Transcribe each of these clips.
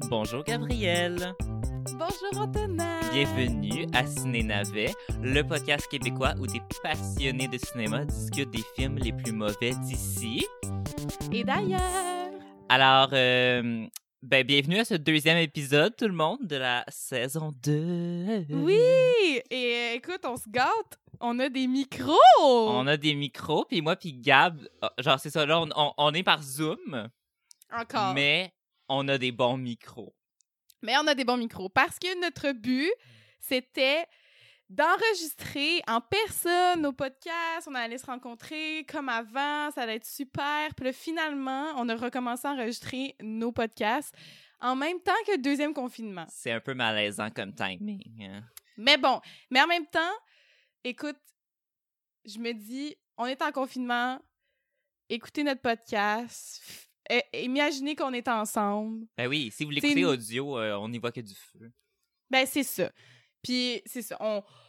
Bonjour Gabrielle. Bonjour Antonin. Bienvenue à Ciné Navet, le podcast québécois où des passionnés de cinéma discutent des films les plus mauvais d'ici. Et d'ailleurs. Alors, bienvenue à ce deuxième épisode, tout le monde, de la saison 2. Oui! Et écoute, on se gâte. On a des micros! On a des micros, puis moi puis Gab, genre c'est ça, là, on est par Zoom. Encore. Mais on a des bons micros. Mais on a des bons micros. Parce que notre but, c'était d'enregistrer en personne nos podcasts. On allait se rencontrer comme avant. Ça allait être super. Puis là, finalement, on a recommencé à enregistrer nos podcasts en même temps que le deuxième confinement. C'est un peu malaisant comme timing. Hein? Mais bon, mais en même temps, écoute, je me dis, on est en confinement, écoutez notre podcast, imaginez qu'on est ensemble. Ben oui, si vous l'écoutez audio, on n'y voit que du feu. Ben c'est ça. Puis c'est ça,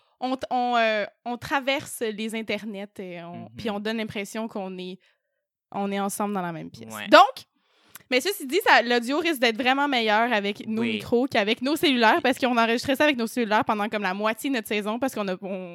on traverse les internets et puis on donne l'impression qu'on est ensemble dans la même pièce. Ouais. Donc, mais ceci dit, l'audio risque d'être vraiment meilleur avec nos micros qu'avec nos cellulaires parce qu'on enregistrait ça avec nos cellulaires pendant comme la moitié de notre saison parce qu'on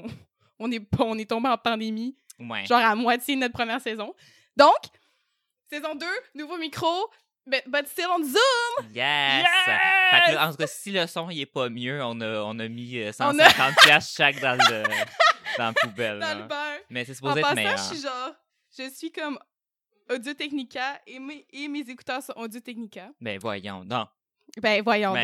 est tombé en pandémie, genre à moitié de notre première saison. Donc, saison 2, nouveau micro, but still on Zoom! Yes! Fait que là, en tout cas, si le son il est pas mieux, on a mis 150 piastres chaque dans la poubelle. Dans le beurre. Mais c'est supposé être meilleur. Je suis comme Audio-Technica et mes écouteurs sont Audio-Technica. Ben voyons donc. Ben voyons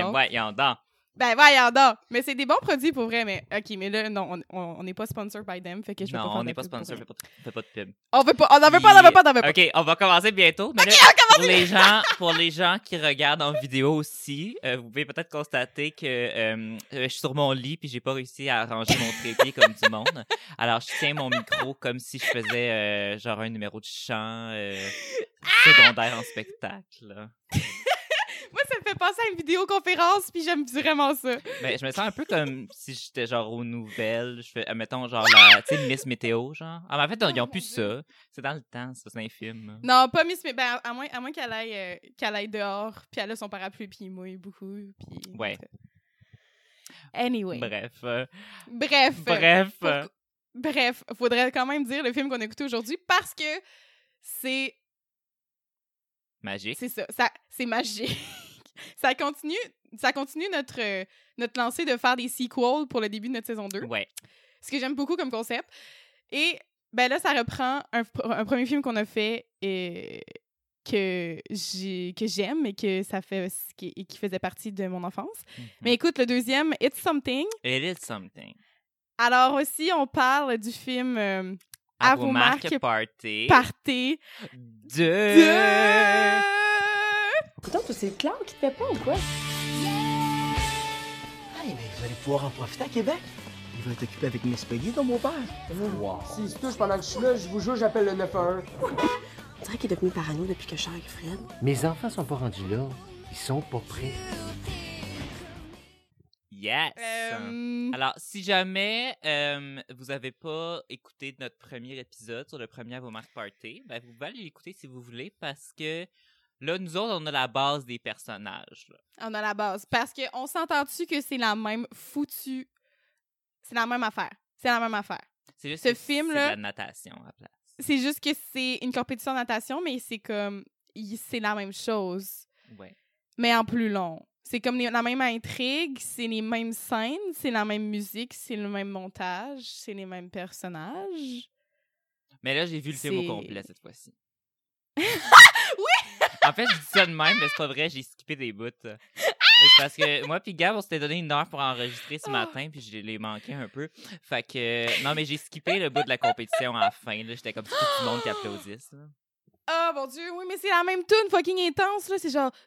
donc. Mais c'est des bons produits pour vrai, mais OK, mais là, non, on n'est pas sponsor by them, fait que je vais pas faire on n'est pas sponsor, fait pas de pub. On veut pas. OK, on va commencer bientôt. Mais pour les gens qui regardent en vidéo aussi, vous pouvez peut-être constater que je suis sur mon lit puis j'ai pas réussi à arranger mon trépied comme du monde. Alors, je tiens mon micro comme si je faisais genre un numéro de chant secondaire en spectacle. Moi, ça me fait penser à une vidéoconférence, puis j'aime vraiment ça. Mais je me sens un peu comme si j'étais genre aux nouvelles. Je fais, mettons, genre, tu sais, Miss Météo, genre. Ah, mais en fait, ils ont plus ça. C'est dans le temps, ça, c'est un film. Non, pas Miss Météo. Ben, à moins qu'elle aille dehors, puis elle a son parapluie, puis il mouille beaucoup, puis... Ouais. Anyway. Bref, faudrait quand même dire le film qu'on a écouté aujourd'hui, parce que c'est... Magique. C'est ça, c'est magique. Ça continue notre lancée de faire des sequels pour le début de notre saison 2. Ouais. Ce que j'aime beaucoup comme concept. Et ben là, ça reprend un premier film qu'on a fait et que j'aime et qui faisait partie de mon enfance. Mm-hmm. Mais écoute, le deuxième, It's Something. It is Something. Alors aussi, on parle du film... À vos marques party. Pourtant, c'est Claude qui te fait pas ou quoi? Hey, mais vous allez pouvoir en profiter à Québec. Il va être occupé avec Miss Peggy, ton beau-père. Wow. S'il se touche pendant que je suis là, je vous jure, j'appelle le 911. On dirait qu'il est devenu parano depuis que je suis avec Fred. Mes enfants sont pas rendus là. Ils sont pas prêts. Yes! Alors, si jamais vous avez pas écouté notre premier épisode sur le premier à vos marques party, ben vous pouvez aller l'écouter si vous voulez parce que là, nous autres, on a la base des personnages. Là. On a la base. Parce qu'on s'entend-tu que c'est la même foutue... C'est la même affaire. C'est juste ce film-là, c'est de la natation à la place. C'est juste que c'est une compétition de natation, mais c'est comme... C'est la même chose. Ouais. Mais en plus long. C'est comme la même intrigue, c'est les mêmes scènes, c'est la même musique, c'est le même montage, c'est les mêmes personnages. Mais là, j'ai vu le film au complet cette fois-ci. Oui! En fait, je dis ça de même, mais c'est pas vrai, j'ai skippé des bouts. C'est parce que moi puis Gab, on s'était donné 1 heure pour enregistrer ce matin, puis je l'ai manqué un peu. Fait que... Non, mais j'ai skippé le bout de la compétition à la fin. Là. J'étais comme tout le monde qui applaudisse. Là. Oh mon Dieu, oui, mais c'est la même tune fucking intense, là. C'est genre...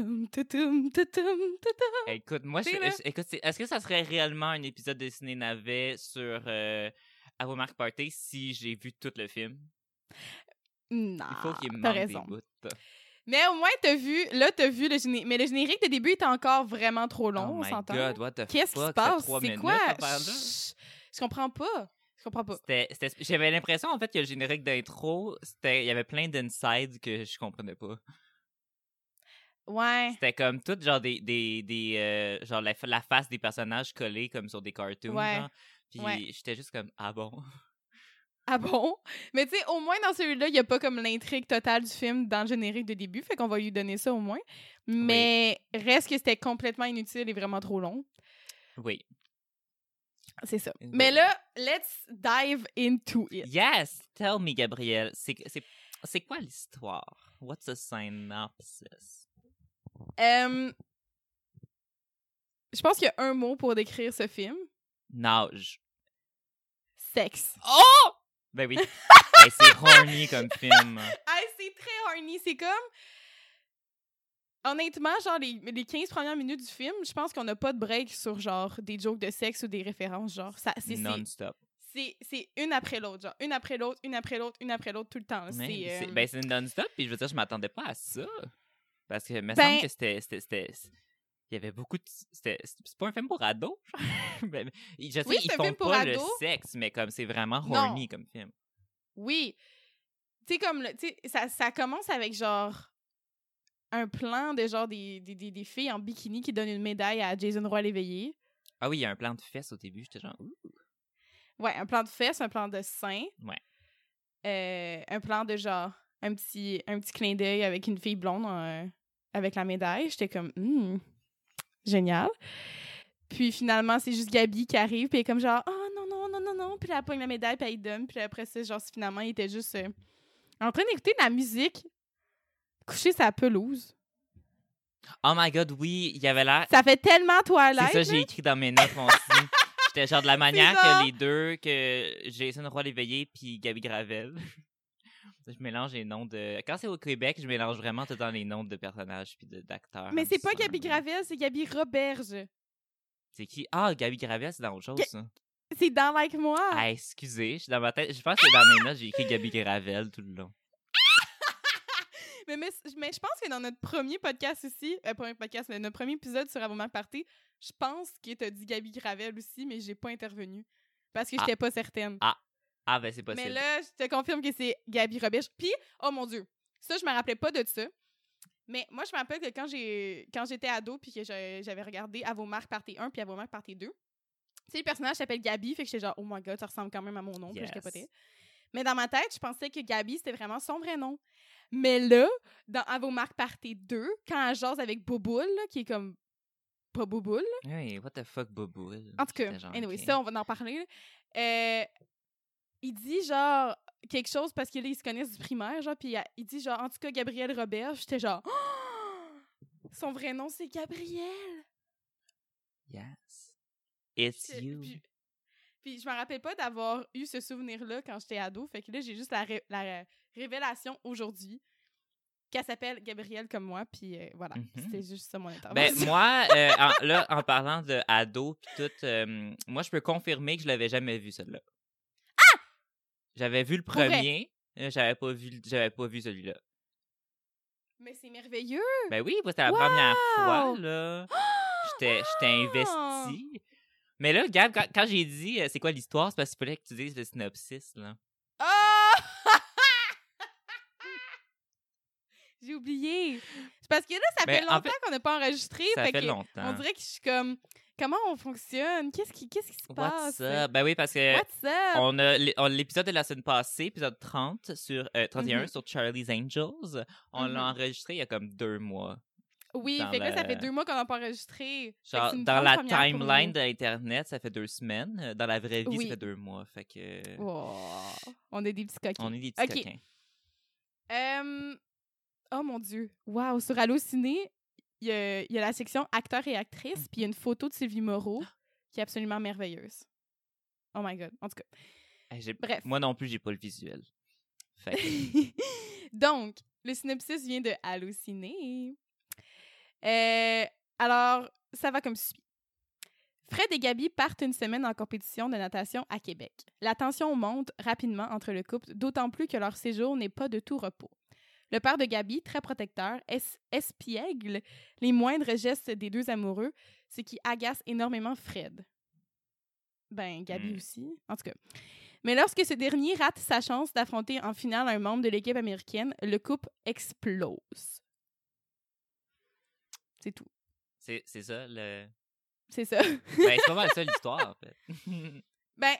Écoute, moi, est-ce que ça serait réellement un épisode de Ciné Navet sur À vos marques party si j'ai vu tout le film? Non, il faut qu'il me t'as manque raison. des bouts. Mais au moins, t'as vu le générique. Mais le générique de début était encore vraiment trop long, on s'entend. Oh my God, what the fuck? Qu'est-ce qui se passe? C'est quoi? Je comprends pas. J'avais l'impression, en fait, que le générique d'intro, il y avait plein d'insides que je comprenais pas. Ouais. C'était comme tout genre genre la face des personnages collés comme sur des cartoons. Ouais. Genre. Puis j'étais juste comme, ah bon? Ah bon? Mais tu sais, au moins dans celui-là, il n'y a pas comme l'intrigue totale du film dans le générique de début, fait qu'on va lui donner ça au moins. Mais reste que c'était complètement inutile et vraiment trop long. Oui. C'est ça. Oui. Mais là, let's dive into it. Yes! Tell me, Gabrielle, c'est quoi l'histoire? What's the synopsis? Je pense qu'il y a un mot pour décrire ce film. Nage. Sexe. Oh! Ben oui. Hey, c'est horny comme film. Hey, c'est très horny. C'est comme... Honnêtement, genre, les 15 premières minutes du film, je pense qu'on n'a pas de break sur, genre, des jokes de sexe ou des références, genre. Non-stop. C'est une après l'autre, genre. Une après l'autre, une après l'autre, une après l'autre, tout le temps. C'est non-stop, puis je veux dire, je m'attendais pas à ça. Parce que, il me semble que c'était... Il y avait beaucoup de... C'est pas un film pour ados? Je sais qu'ils font pas le sexe, mais comme c'est vraiment horny comme film. Oui. Tu sais, comme... Ça commence avec, genre... un plan de genre des filles en bikini qui donnent une médaille à Jason Roy l'éveillé. Ah oui, il y a un plan de fesses au début, j'étais genre... Ouh. Ouais, un plan de fesses, un plan de seins. Ouais. Un plan de genre un petit clin d'œil avec une fille blonde avec la médaille. J'étais comme génial. Puis finalement, c'est juste Gabi qui arrive puis elle est comme genre oh non non non non non, puis elle pogne la médaille puis elle donne, puis après ça genre finalement, il était juste en train d'écouter de la musique coucher sa pelouse. Oh my god, oui, il y avait l'air... Ça fait tellement Twilight. C'est ça, j'ai écrit dans mes notes, moi aussi. J'étais genre de la manière que les deux, que Jason Roy l'éveillé puis Gabi Gravel. Je mélange les noms de... Quand c'est au Québec, je mélange vraiment tout dans les noms de personnages puis d'acteurs. Mais c'est pas Gabi Gravel, c'est Gabi Roberge. C'est qui? Ah, Gabi Gravel, c'est dans autre chose, ça. C'est dans Like Moi. Ah, excusez, je suis dans ma tête. Je pense que dans mes notes, j'ai écrit Gabi Gravel tout le long. mais je pense que dans notre premier podcast aussi, notre premier épisode sur Avomac Party, je pense que t'as dit Gabi Gravel aussi, mais j'ai pas intervenu. Parce que j'étais pas certaine. Ah, ben c'est possible. Mais là, je te confirme que c'est Gabi Roberge. Puis, oh mon Dieu, ça, je me rappelais pas de ça. Mais moi, je me rappelle que quand j'étais ado puis que j'avais regardé Avomac Party 1 puis Avomac Party 2, tu sais, le personnage s'appelle Gabi, fait que j'étais genre, oh my god, ça ressemble quand même à mon nom, puis je capotais. Mais dans ma tête, je pensais que Gabi, c'était vraiment son vrai nom. Mais là, dans Avomac Party 2, quand elle jase avec Boboule, là, qui est comme pas Boboule. Oui, what the fuck, Boboule? En tout cas, genre, anyway, ça, on va en parler. Il dit genre quelque chose parce que là, ils se connaissent du primaire, genre, puis il dit genre, en tout cas, Gabrielle Roberge. J'étais genre, oh! Son vrai nom, c'est Gabrielle. Yes. It's you. Puis je me rappelle pas d'avoir eu ce souvenir-là quand j'étais ado. Fait que là, j'ai juste la révélation aujourd'hui qu'elle s'appelle Gabrielle comme moi. Puis voilà, c'était juste ça mon intervention. Ben moi, en parlant de ado puis tout, moi, je peux confirmer que je l'avais jamais vu, celle-là. Ah! J'avais vu le premier, j'avais pas vu celui-là. Mais c'est merveilleux! Ben oui, c'était la première fois, là. J'étais investie. Mais là, Gab, quand j'ai dit c'est quoi l'histoire, c'est parce qu'il fallait que tu dises le synopsis, là. Oh! J'ai oublié. C'est parce que là, ça fait longtemps qu'on n'a pas enregistré. Ça fait longtemps. On dirait que je suis comme, comment on fonctionne? Qu'est-ce qui se passe? What's up? Ben oui, parce que on a l'épisode de la semaine passée, épisode 30 sur 31 sur Charlie's Angels. On l'a enregistré il y a comme 2 mois. Oui, fait que là, ça fait 2 mois qu'on n'a pas enregistré. Genre, dans la timeline d'Internet, ça fait 2 semaines. Dans la vraie vie, ça fait 2 mois. Fait que... Oh, on est des petits coquins. On est des petits coquins. Oh mon Dieu. Wow, sur Allociné, il y a la section acteurs et actrices, puis il y a une photo de Sylvie Moreau qui est absolument merveilleuse. Oh my God. En tout cas. Bref. Moi non plus, j'ai pas le visuel. Fait. Donc, le synopsis vient de Allociné. Alors, ça va comme suit. Fred et Gabi partent une semaine en compétition de natation à Québec. La tension monte rapidement entre le couple, d'autant plus que leur séjour n'est pas de tout repos. Le père de Gabi, très protecteur, espiègle les moindres gestes des deux amoureux, ce qui agace énormément Fred. Ben, Gabi aussi, en tout cas. Mais lorsque ce dernier rate sa chance d'affronter en finale un membre de l'équipe américaine, le couple explose. C'est tout. C'est ça, le... C'est ça. Ben, c'est pas mal ça, l'histoire, en fait. Ben...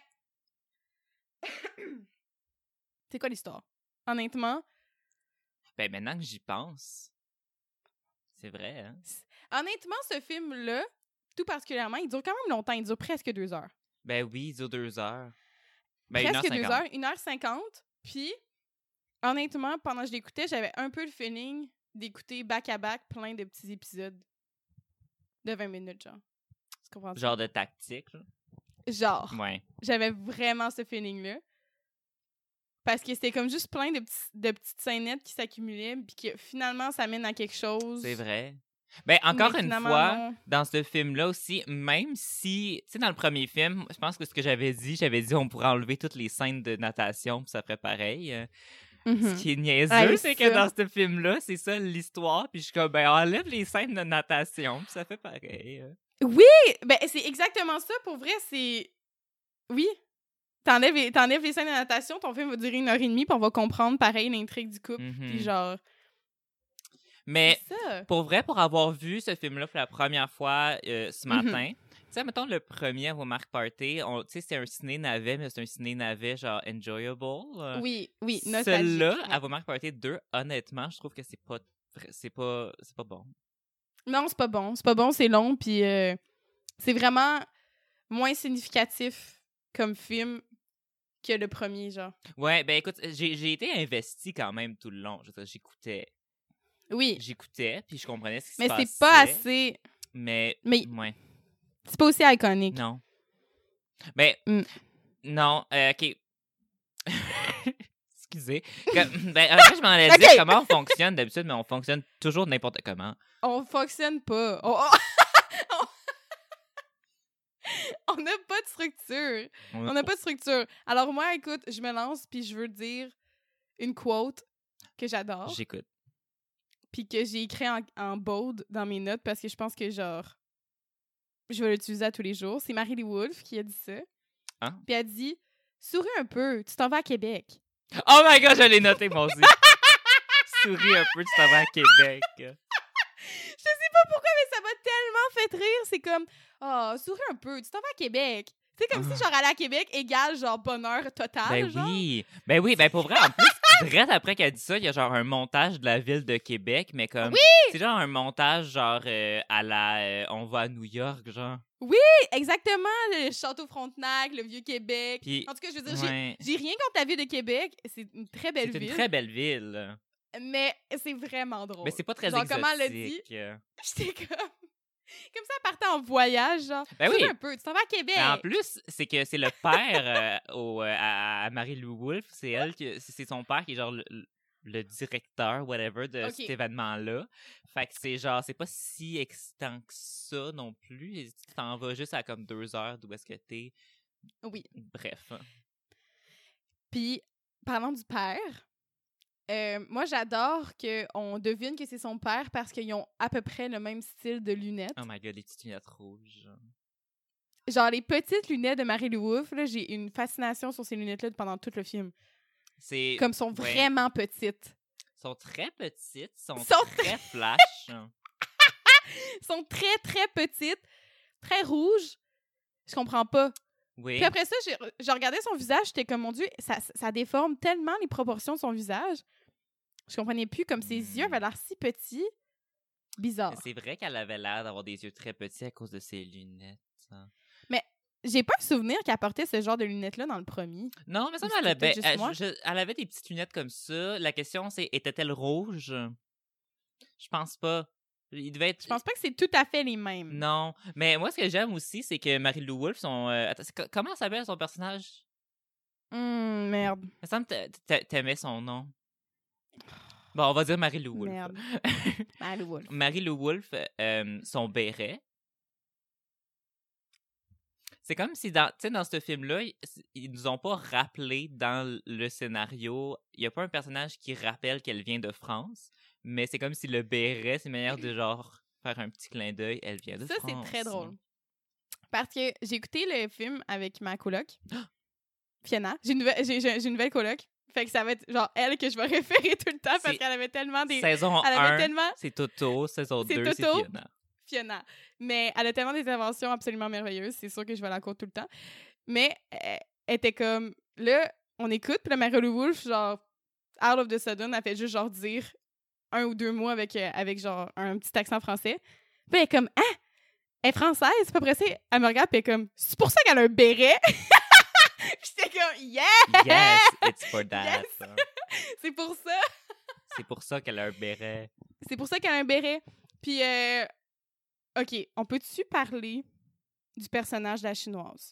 c'est quoi l'histoire? Honnêtement... Ben, maintenant que j'y pense, c'est vrai, hein? Honnêtement, ce film-là, tout particulièrement, il dure quand même longtemps. Il dure presque 2 heures. Ben oui, il dure 2 heures. Ben, Presque 2 1h50. heures, 1h50. Puis, honnêtement, pendant que je l'écoutais, j'avais un peu le feeling d'écouter back-à-back plein de petits épisodes de 20 minutes, genre. Tu comprends ça? Genre de tactique, là. Genre. Ouais. J'avais vraiment ce feeling-là. Parce que c'était comme juste plein de petites scénettes qui s'accumulaient, puis que finalement, ça mène à quelque chose. C'est vrai. Ben, encore Mais une finalement, fois, non. dans ce film-là aussi, même si, tu sais, dans le premier film, je pense que ce que j'avais dit on pourrait enlever toutes les scènes de natation, puis ça ferait pareil. Ce qui est niaiseux, Ouais, c'est que ça. dans ce film-là, c'est ça l'histoire, puis je suis comme, ben, enlève les scènes de natation, puis ça fait pareil. Oui! Ben, c'est exactement ça. Pour vrai, c'est... Oui. T'enlèves les scènes de natation, ton film va durer 1h30, puis on va comprendre, pareil, l'intrigue du couple. Mhm. Puis genre... Mais c'est ça. pour vrai, pour avoir vu ce film-là pour la première fois ce matin, tu sais, mettons le premier à Remarque Party, tu sais, c'est un ciné-navet, mais c'est un ciné-navet genre enjoyable. Oui, nostalgique. Celui-là, Oui. à Remarque Party 2, honnêtement, je trouve que c'est pas bon. Non, c'est pas bon. C'est pas bon, c'est long, puis c'est vraiment moins significatif comme film que le premier, genre. Ouais, ben écoute, j'ai été investi quand même tout le long. Je veux dire, Oui, j'écoutais, puis je comprenais ce qui se mais passait. c'est pas assez... Mais, Mais- ouais, C'est pas aussi iconique. non. Mais, Mm. non, OK. Excusez. Ben, en fait, je m'en allais OK. dire comment on fonctionne d'habitude, mais on fonctionne toujours n'importe comment. On fonctionne pas. On n'a pas de structure. On n'a pas de structure. Alors moi, écoute, je me lance, puis je veux dire une quote que j'adore, J'écoute. puis que j'ai écrit en bold dans mes notes parce que je pense que, genre, je vais l'utiliser à tous les jours. C'est Marie-Lee Wolfe qui a dit ça. Hein? Puis elle dit « Souris un peu, tu t'en vas à Québec. Oh my God, je l'ai noté, moi aussi. Souris un peu, tu t'en vas à Québec. » Je sais pas pourquoi, mais ça m'a tellement fait rire. C'est comme « Oh, souris un peu, tu t'en vas à Québec. » C'est comme si, genre, aller à Québec égale, genre, bonheur total, Ben genre. oui. Ben oui, ben pour vrai, en plus, direct après qu'elle dit ça, il y a genre un montage de la ville de Québec, mais comme... C'est genre un montage genre à la... on va à New York, genre. Exactement, le Château Frontenac, le Vieux-Québec. Puis, En tout cas, je veux dire, ouais. j'ai rien contre la ville de Québec. C'est une très belle C'est ville. une très belle ville. Mais c'est vraiment drôle. Mais c'est pas très Genre, exotique. comment elle l'a dit? J'étais comme... Comme ça, elle partait en voyage, genre. Ben oui. Souris un peu, tu t'en vas à Québec. Ben en plus, c'est que c'est le père à Marie-Lou Wolfe. C'est son père qui est genre le directeur, whatever, de Ok. cet événement-là. Fait que c'est genre, c'est pas si excitant que ça non plus. Et tu t'en vas juste à comme 2 heures d'où est-ce que t'es. Oui. Bref. Puis, parlant du père, moi, j'adore qu'on devine que c'est son père parce qu'ils ont à peu près le même style de lunettes. Oh my God, les petites lunettes rouges. Genre, les petites lunettes de Marie-Lou Wolfe, là, j'ai une fascination sur ces lunettes-là pendant tout le film. C'est... Comme sont ouais. vraiment petites. Sont très petites, sont Sont très flash. Sont très, très petites, très rouges. Je comprends pas. Oui. Puis après ça, je regardais son visage, j'étais comme, mon Dieu, ça déforme tellement les proportions de son visage. Je comprenais plus, comme ses yeux avaient l'air si petits. Bizarre. C'est vrai qu'elle avait l'air d'avoir des yeux très petits à cause de ses lunettes. Hein. J'ai pas le souvenir qu'elle portait ce genre de lunettes-là dans le premier. Non, mais ça, Ou elle c'était avait, peut-être juste moi? elle avait des petites lunettes comme ça. La question, c'est, était-elle rouge? Je pense pas. Il devait être... Je pense pas que c'est tout à fait les mêmes. Non. Mais moi, ce que j'aime aussi, c'est que Marie-Lou Wolfe, comment s'appelle son personnage? Merde. Il me semble que t'aimais son nom. Bon, on va dire Marie-Lou Wolfe. Merde. Marie-Lou Wolfe. Marie-Lou Wolfe, son béret. C'est comme si, dans ce film-là, ils nous ont pas rappelé dans le scénario, il y a pas un personnage qui rappelle qu'elle vient de France, mais c'est comme si le béret, c'est une manière de genre faire un petit clin d'œil, elle vient de Ça, France. c'est très drôle. Parce que j'ai écouté le film avec ma coloc, Fiona. J'ai une nouvelle coloc. Fait que ça va être genre elle que je vais référer tout le temps parce qu'elle avait tellement des... Saison elle avait 1, tellement... c'est Toto. Saison 2, c'est Toto. Fiona. Fiona. Mais elle a tellement d'interventions absolument merveilleuses. C'est sûr que je vais la courte tout le temps. Mais elle était comme... Là, on écoute, puis là, Mary-Lou Wolfe, genre, out of the sudden, elle fait juste genre dire 1 ou 2 mots avec genre un petit accent français. Puis elle est comme, ah! Elle est française. Puis après ça, elle me regarde, puis elle est comme, c'est pour ça qu'elle a un béret? Puis j'étais comme, yeah! Yes, it's for that. Yes! C'est pour ça. C'est pour ça qu'elle a un béret. C'est pour ça qu'elle a un béret. Puis, OK, on peut-tu parler du personnage de la chinoise?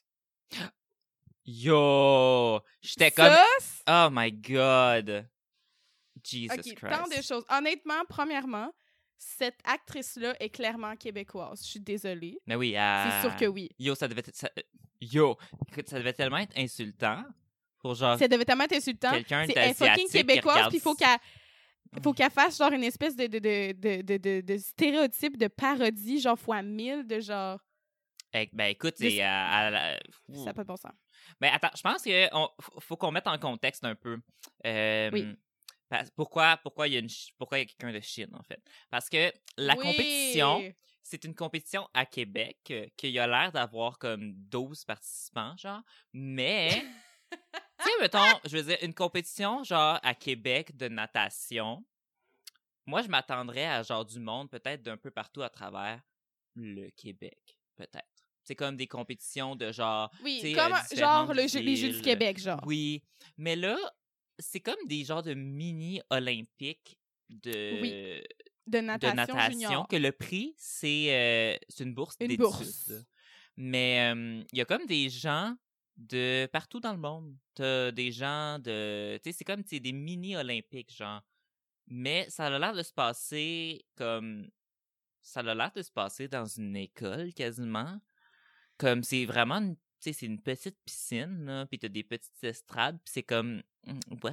Yo! J'étais comme... Oh my God! Jesus OK, Christ. tant de choses. Honnêtement, premièrement, cette actrice-là est clairement québécoise. Je suis désolée. Mais oui, C'est sûr que oui. Yo, ça devait écoute, ça devait tellement être insultant pour genre Ça devait tellement être insultant. quelqu'un Elle est fucking d'asiatique qui québécoise, regarde... puis il faut qu'elle fasse genre une espèce de stéréotype, de parodie, genre fois 1000, de genre... Ben écoute, c'est... Ça n'a pas de bon sens. Ben attends, je pense que faut qu'on mette en contexte un peu. Oui. Pourquoi il y a quelqu'un de Chine, en fait? Parce que la compétition, c'est une compétition à Québec qui a l'air d'avoir comme 12 participants, genre. Mais, tu sais, mettons, je veux dire, une compétition, genre, à Québec de natation, moi, je m'attendrais à, genre, du monde, peut-être d'un peu partout à travers le Québec, peut-être. C'est comme des compétitions de genre... Oui, comme genre les Jeux du Québec, genre. Oui, mais là, c'est comme des genres de mini-olympiques de natation junior. que le prix, c'est une bourse d'études. Bourse. Mais il y a comme des gens de partout dans le monde. T'as des gens de... Tu sais, c'est comme des mini-olympiques, genre. Mais ça a l'air de se passer comme... Ça a l'air de se passer dans une école, quasiment. Comme c'est vraiment tu sais, c'est une petite piscine, là, puis t'as des petites estrades, puis c'est comme what?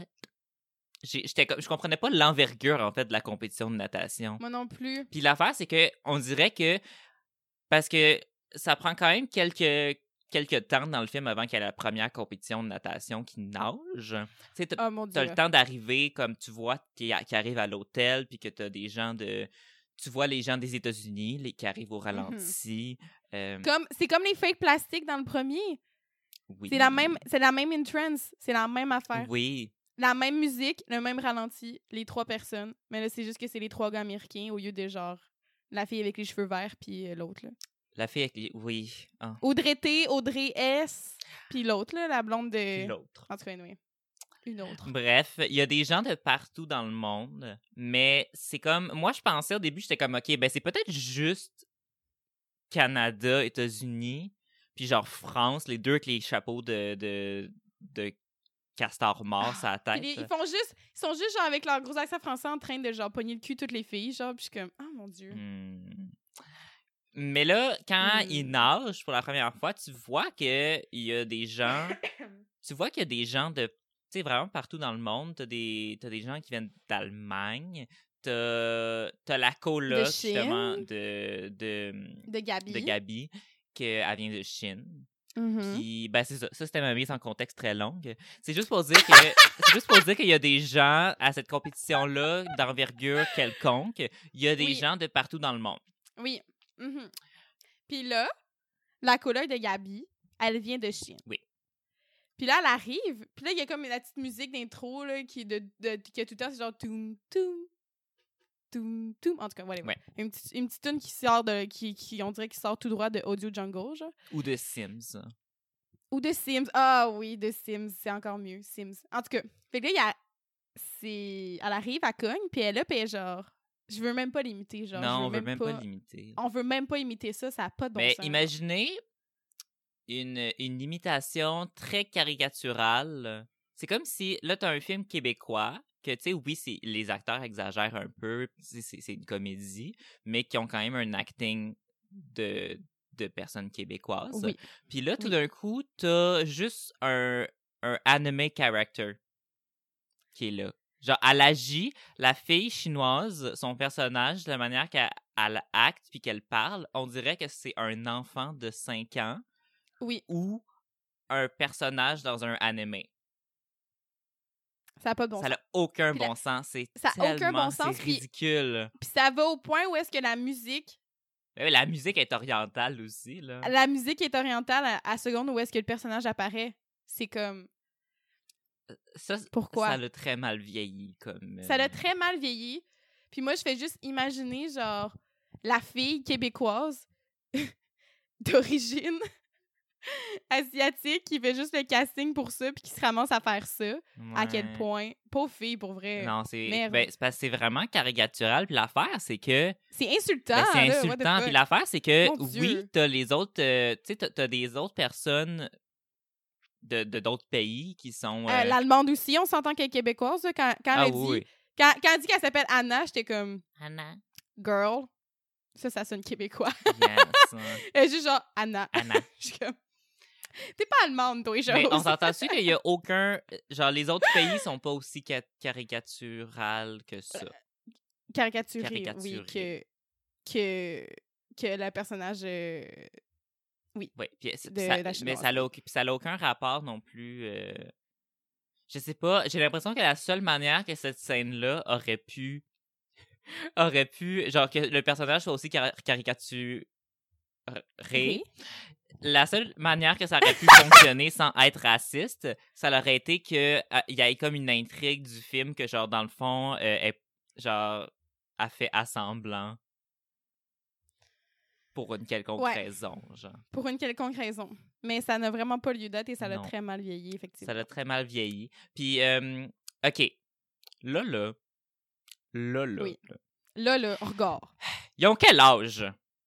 Je comprenais pas l'envergure en fait de la compétition de natation. Moi non plus. Puis l'affaire c'est que on dirait que parce que ça prend quand même quelques temps dans le film avant qu'il y ait la première compétition de natation qui nage. Tu sais, t'as le temps d'arriver comme tu vois qui arrive à l'hôtel puis que t'as des gens de tu vois les gens des États-Unis qui arrivent au ralenti. C'est comme les fake plastiques dans le premier. Oui. C'est la même entrance. C'est la même affaire. Oui. La même musique, le même ralenti, les 3 personnes. Mais là, c'est juste que c'est les 3 gars américains au lieu de genre la fille avec les cheveux verts puis l'autre. Là. La fille avec les... Oui. Oh. Audrey T, Audrey S, puis l'autre, là, la blonde de... Puis l'autre. En tout cas, anyway. Une autre. Bref, il y a des gens de partout dans le monde, mais c'est comme... Moi, je pensais au début, j'étais comme, OK, ben c'est peut-être juste Canada, États-Unis, puis genre France, les deux avec les chapeaux de castor mort sur la tête. Ils sont juste genre avec leur gros accent français en train de genre pogner le cul toutes les filles, genre, puis je suis comme, oh mon Dieu. Mais là, quand ils nagent pour la première fois, tu vois qu'il y a des gens... tu vois qu'il y a des gens de... Tu sais, vraiment partout dans le monde. T'as des gens qui viennent d'Allemagne. T'as la coloc, justement, de Gabi, qu'elle vient de Chine. Puis, ben, c'est ça. Ça, c'était ma mise en contexte très longue. C'est juste pour dire qu'il y a des gens à cette compétition-là d'envergure quelconque. Il y a des gens de partout dans le monde. Oui. Puis là, la coloc de Gabi, elle vient de Chine. Oui. Puis là, elle arrive. Puis là, il y a comme la petite musique d'intro là, qui a tout le temps, c'est genre toum, toum, toum, toum. En tout cas, voilà. Ouais. Une petite tune qui sort qui on dirait qui sort tout droit de Audio Jungle, genre. Ou de Sims. Ah oui, de Sims. C'est encore mieux, Sims. En tout cas, fait que là, elle arrive, elle cogne, puis elle est là, puis elle est genre... Je veux même pas l'imiter, genre. Non, on veut même pas l'imiter. On veut même pas imiter ça, ça n'a pas de bon sens. Mais imaginez une imitation très caricaturale. C'est comme si, là, t'as un film québécois, que, tu sais, oui, les acteurs exagèrent un peu, c'est une comédie, mais qui ont quand même un acting de personnes québécoises. Oui. Puis là, tout d'un coup, t'as juste un anime character qui est là. Genre, elle agit, la fille chinoise, son personnage, de la manière qu'elle acte puis qu'elle parle, on dirait que c'est un enfant de 5 ans. Oui. Ou un personnage dans un anime. Ça n'a pas de bon Ça sens. n'a aucun Puis bon sens. C'est ça a aucun tellement... bon sens, C'est puis- ridicule. Puis ça va au point où est-ce que la musique La musique est orientale aussi, là. est orientale à seconde où est-ce que le personnage apparaît. C'est comme... Ça, Pourquoi? Ça l'a très mal vieilli, comme... Ça l'a très mal vieilli. Puis moi, je fais juste imaginer, genre, la fille québécoise d'origine asiatique qui fait juste le casting pour ça puis qui se ramasse à faire ça. À quel Ouais. point... Pauvre fille, pour vrai. Non, c'est Merde. c'est parce que c'est vraiment caricatural. Puis l'affaire, c'est que... C'est insultant, Ben, c'est là, what the insultant. fuck. Puis l'affaire, c'est que, Mon Dieu. oui, t'as les autres... tu sais, t'as des autres personnes de d'autres pays qui sont... L'allemande aussi, on s'entend qu'elle est québécoise, là, quand ah elle oui, dit... oui. Quand elle dit qu'elle s'appelle Anna, j'étais comme... Anna. Girl. Ça sonne québécois. Yes. Elle est juste genre Anna. Anna. Je suis comme... T'es pas allemande, toi, Mais on chose. s'entend-tu qu'il y a aucun... Genre, les autres pays sont pas aussi caricaturales que ça. Caricaturé, Caricaturé. oui, que le personnage... Oui, puis de ça, la mais chinoise. ça n'a aucun rapport non plus. Je sais pas, j'ai l'impression que la seule manière que cette scène-là aurait pu, genre que le personnage soit aussi caricaturé, Oui. la seule manière que ça aurait pu fonctionner sans être raciste, ça aurait été que il y ait comme une intrigue du film que genre dans le fond, genre a fait assemblant. Pour une quelconque Ouais. raison, genre. Pour une quelconque raison. Mais ça n'a vraiment pas lieu d'être et ça l'a Non. très mal vieilli, effectivement. Ça l'a très mal vieilli. Puis, OK. Là. Oui. Là, regard. Ils ont quel âge?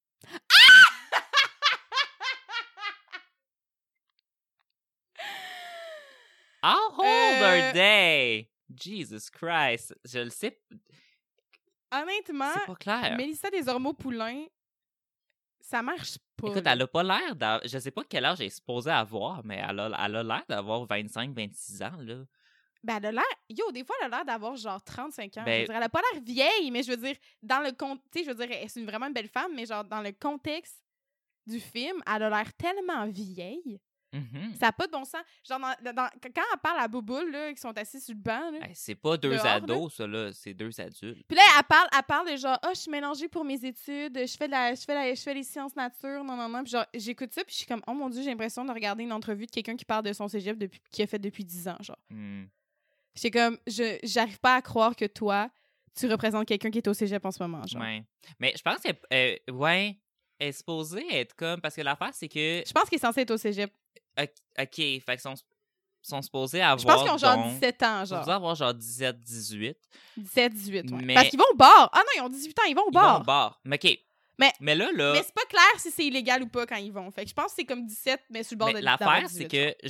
How old are they? Jesus Christ. Je le sais. Honnêtement, C'est pas clair. Mélissa Desormeaux-Poulain, ça marche pas. Écoute, là. elle a pas l'air d'avoir... Je sais pas quel âge elle est supposée avoir, mais elle a l'air d'avoir 25-26 ans, là. Ben, elle a l'air... Yo, des fois, elle a l'air d'avoir genre 35 ans. Ben- Je veux dire, elle a pas l'air vieille, mais je veux dire, dans le contexte... Tu sais, je veux dire, c'est vraiment une belle femme, mais genre, dans le contexte du film, elle a l'air tellement vieille. Mhm. Ça n'a pas de bon sens. Genre, quand elle parle à Bouboule, là, qui sont assis sur le banc, là, Hey, c'est pas deux Dehors, ados, ça, là. C'est deux adultes. puis là, elle parle de genre, je suis mélangée pour mes études, je fais les sciences nature, non. Puis genre, j'écoute ça, puis je suis comme, oh mon Dieu, j'ai l'impression de regarder une entrevue de quelqu'un qui parle de son cégep qui a fait depuis 10 ans, genre. Hmm. J'étais comme, j'arrive pas à croire que toi, tu représentes quelqu'un qui est au cégep en ce moment, genre. Ouais. Mais je pense qu'elle ouais, elle est supposée être comme... Parce que l'affaire, c'est que... Je pense qu'il est censé être au cégep. OK, fait qu'ils sont supposés avoir... Je pense qu'ils ont genre donc, 17 ans, Ils sont genre. supposés avoir genre 17-18. 17, 18, ouais. Mais- Parce qu'ils vont au bar. Ah non, ils ont 18 ans, ils vont au Ils vont bar. au bar. Mais OK. Mais là... Mais c'est pas clair si c'est illégal ou pas quand ils vont. Fait que je pense que c'est comme 17, mais sur le bord Mais de l'affaire, d'avoir c'est 18, que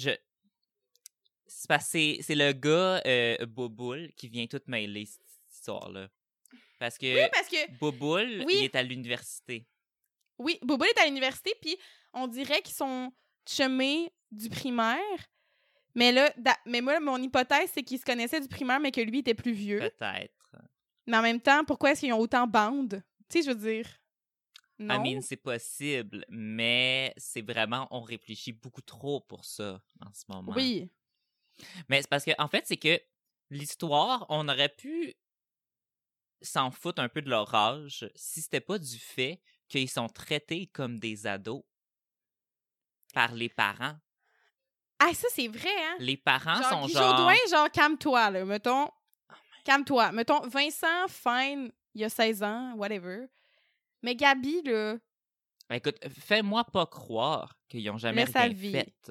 c'est parce que c'est le gars Bouboule qui vient tout mêler cette histoire-là. Parce que Oui, parce que... Bouboule, Oui. il est à l'université. Oui, Bobo est à l'université, puis on dirait qu'ils sont chumés du primaire. Mais là, mais moi, mon hypothèse, c'est qu'ils se connaissaient du primaire, mais que lui était plus vieux. Peut-être. Mais en même temps, pourquoi est-ce qu'ils ont autant bande? Tu sais, je veux dire... Non. I mean, c'est possible, mais c'est vraiment... On réfléchit beaucoup trop pour ça en ce moment. Oui. Mais c'est parce que, en fait, c'est que l'histoire, on aurait pu s'en foutre un peu de leur âge si c'était pas du fait qu'ils sont traités comme des ados par les parents. Ah, ça, c'est vrai, hein? Les parents Genre, sont Guy genre... Jodoin, genre, calme-toi, là. Mettons, calme-toi. Mettons, Vincent, fine, il y a 16 ans, whatever. Mais Gabi, là, Ben, écoute, fais-moi pas croire qu'ils ont jamais Laisse à rien vie. fait.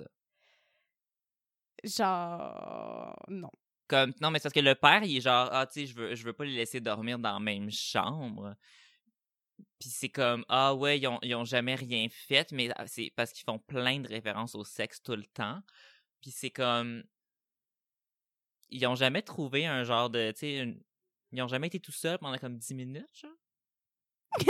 genre... Non. Comme, non, mais c'est parce que le père, il est genre, ah, tu sais, je veux pas les laisser dormir dans la même chambre. Puis c'est comme, ah ouais, ils ont jamais rien fait, mais c'est parce qu'ils font plein de références au sexe tout le temps. Puis c'est comme, ils ont jamais trouvé un genre de, tu sais, ils ont jamais été tout seuls pendant comme 10 minutes, genre. 10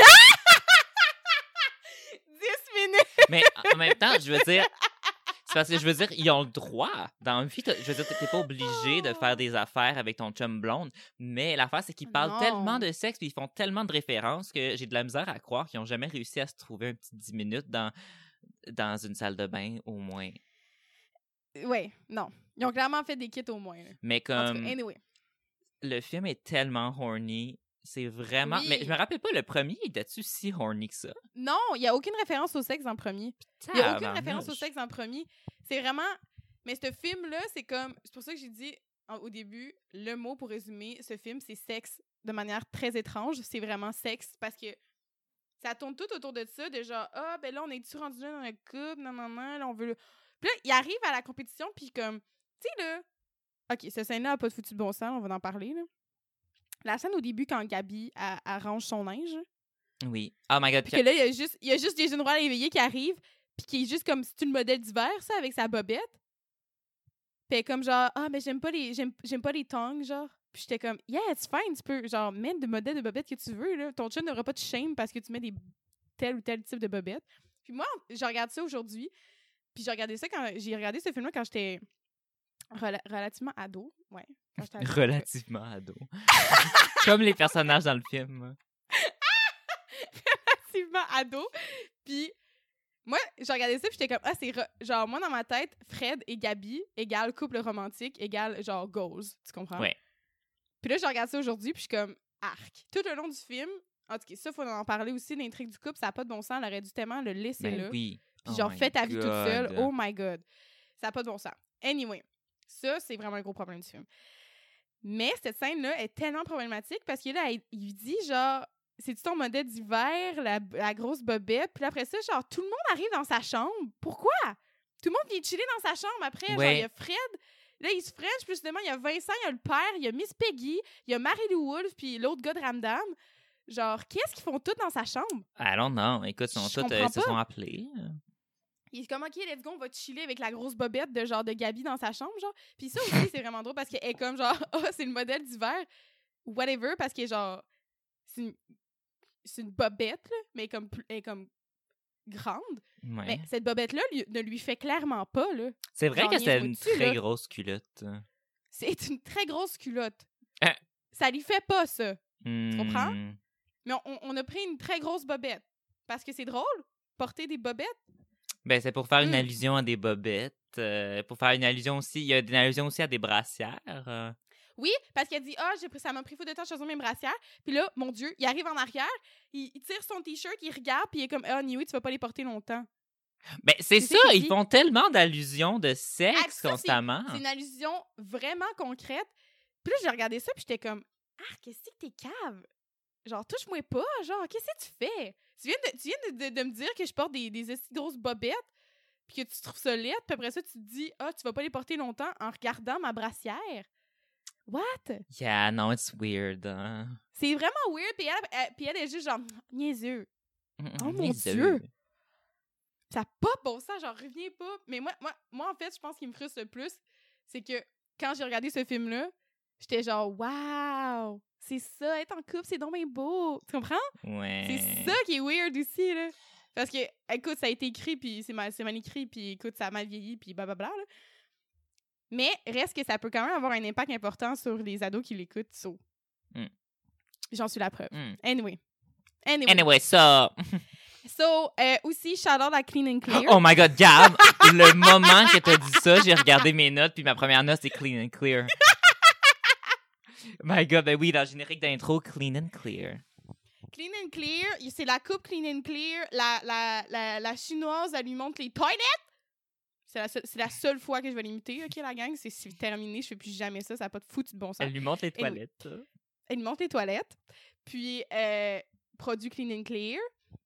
minutes! Mais en même temps, je veux dire, c'est parce que je veux dire, ils ont le droit. Dans la vie, je veux dire, t'es pas obligé de faire des affaires avec ton chum blonde. Mais l'affaire, c'est qu'ils parlent Non. tellement de sexe puis ils font tellement de références que j'ai de la misère à croire qu'ils ont jamais réussi à se trouver un petit 10 minutes dans une salle de bain, au moins. Ouais, non. Ils ont clairement fait des kits au moins. Là. Mais En tout cas, comme, anyway. le film est tellement horny. C'est vraiment... Oui. Mais je me rappelle pas, le premier, était-tu si horny que ça? Non, il n'y a aucune référence au sexe dans le premier. Il n'y a aucune référence au sexe dans le premier. C'est vraiment... Mais ce film-là, c'est comme... C'est pour ça que j'ai dit au début, le mot pour résumer ce film, c'est sexe de manière très étrange. C'est vraiment sexe parce que ça tourne tout autour de ça, de genre, ah, ben là, on est-tu rendu là dans le couple? Non, là, on veut... Puis là, il arrive à la compétition, puis comme... Tu sais, là... OK, cette scène-là n'a pas de foutu de bon sens, on va en parler, là. La scène au début, quand Gabi arrange son linge. Oui. Oh my God. Puis que là, il y a juste Jason Roy l'éveillé qui arrive, puis qui est juste comme, c'est une modèle d'hiver, ça, avec sa bobette. Puis comme genre, ah, mais j'aime pas les tongs, genre. Puis j'étais comme, yeah, it's fine, tu peux, genre, mettre de modèle de bobette que tu veux, là. Ton chum n'aura pas de shame parce que tu mets des tel ou tel type de bobette. Puis moi, je regarde ça aujourd'hui, puis j'ai regardé ce film-là quand j'étais relativement ado, ouais. Quand j'étais ado. Relativement ado. Comme les personnages dans le film. Relativement ado. Puis moi, j'ai regardé ça, puis j'étais comme, ah, c'est... Genre, moi, dans ma tête, Fred et Gabi égale couple romantique, égale, genre, goals. Tu comprends? Ouais. Puis là, je regarde ça aujourd'hui, puis je suis comme, arc. Tout le long du film, en tout cas, ça, faut en parler aussi, l'intrigue du couple, ça n'a pas de bon sens, elle aurait dû tellement le laisser là. Oui. Puis genre, fais ta vie toute seule. Oh my God. Ça n'a pas de bon sens. Anyway, ça, c'est vraiment un gros problème du film. Mais cette scène-là est tellement problématique parce que là, il dit genre, c'est-tu ton modèle d'hiver, la grosse bobette? Puis après ça, genre, tout le monde arrive dans sa chambre. Pourquoi? Tout le monde vient chiller dans sa chambre après. Ouais. Genre, il y a Fred, là, il se french, puis justement, il y a Vincent, il y a le père, il y a Miss Peggy, il y a Mary-Lou Wolfe, puis l'autre gars de Ramdam. Genre, qu'est-ce qu'ils font tous dans sa chambre? I don't know. Écoute, ils se sont appelés. Il est comme, OK, let's go, on va chiller avec la grosse bobette de genre de Gabi dans sa chambre, genre. Puis ça aussi, c'est vraiment drôle parce qu'elle est comme genre, oh, c'est le modèle d'hiver, whatever, parce que genre, c'est une bobette, là, mais elle est comme grande. Ouais. Mais cette bobette-là ne lui fait clairement pas, là. C'est vrai genre, que c'est une niaise-moi-tu, très là? grosse culotte. C'est une très grosse culotte. Ah. Ça lui fait pas, ça. Tu comprends? Mais on a pris une très grosse bobette. Parce que c'est drôle, porter des bobettes. Ben, c'est pour faire une allusion à des bobettes. Pour faire une allusion aussi... Il y a une allusion aussi à des brassières. Oui, parce qu'elle dit « Ah, ça m'a pris fou de temps de choisir mes brassières. » Puis là, mon Dieu, il arrive en arrière, il tire son T-shirt, il regarde, puis il est comme « Ah, anyway, tu vas pas les porter longtemps. » Ben, c'est ça, qu'il ils dit. font tellement d'allusions de sexe Ça, constamment. C'est une allusion vraiment concrète. Puis là, j'ai regardé ça, puis j'étais comme « Ah, qu'est-ce que t'es cave? Genre, touche-moi pas, genre, qu'est-ce que tu fais? Tu viens de me dire que je porte des grosses bobettes, puis que tu trouves ça laid, puis après ça, tu te dis « Ah, tu vas pas les porter longtemps en regardant ma brassière. » What? Yeah, no, it's weird. Hein? C'est vraiment weird, puis elle est juste genre niaiseux. Oh mon Niaiseux. Dieu! Ça n'a pas de bon sens, genre reviens pas. Mais moi, en fait, je pense qu'il me frustre le plus, c'est que quand j'ai regardé ce film-là, j'étais genre wow! C'est ça, être en couple, c'est donc bien beau. Tu comprends? Ouais. C'est ça qui est weird aussi, là. Parce que, écoute, ça a été écrit, puis c'est mal écrit, puis écoute, ça a mal vieilli, puis blablabla, là. Mais reste que ça peut quand même avoir un impact important sur les ados qui l'écoutent, so. J'en suis la preuve. Anyway, so... So, aussi, shout-out à Clean and Clear. Oh my God, Gab! Le moment que t'as dit ça, j'ai regardé mes notes, puis ma première note, c'est Clean and Clear. My God, ben oui, dans le générique d'intro, Clean and Clear. Clean and Clear, c'est la coupe Clean and Clear. La chinoise, elle lui montre les toilettes. C'est la seule fois que je vais l'imiter, OK, la gang? C'est terminé, je fais plus jamais ça, ça n'a pas de foutu de bon sens. Elle lui montre les toilettes. Elle lui montre les toilettes. Puis, produit Clean and Clear.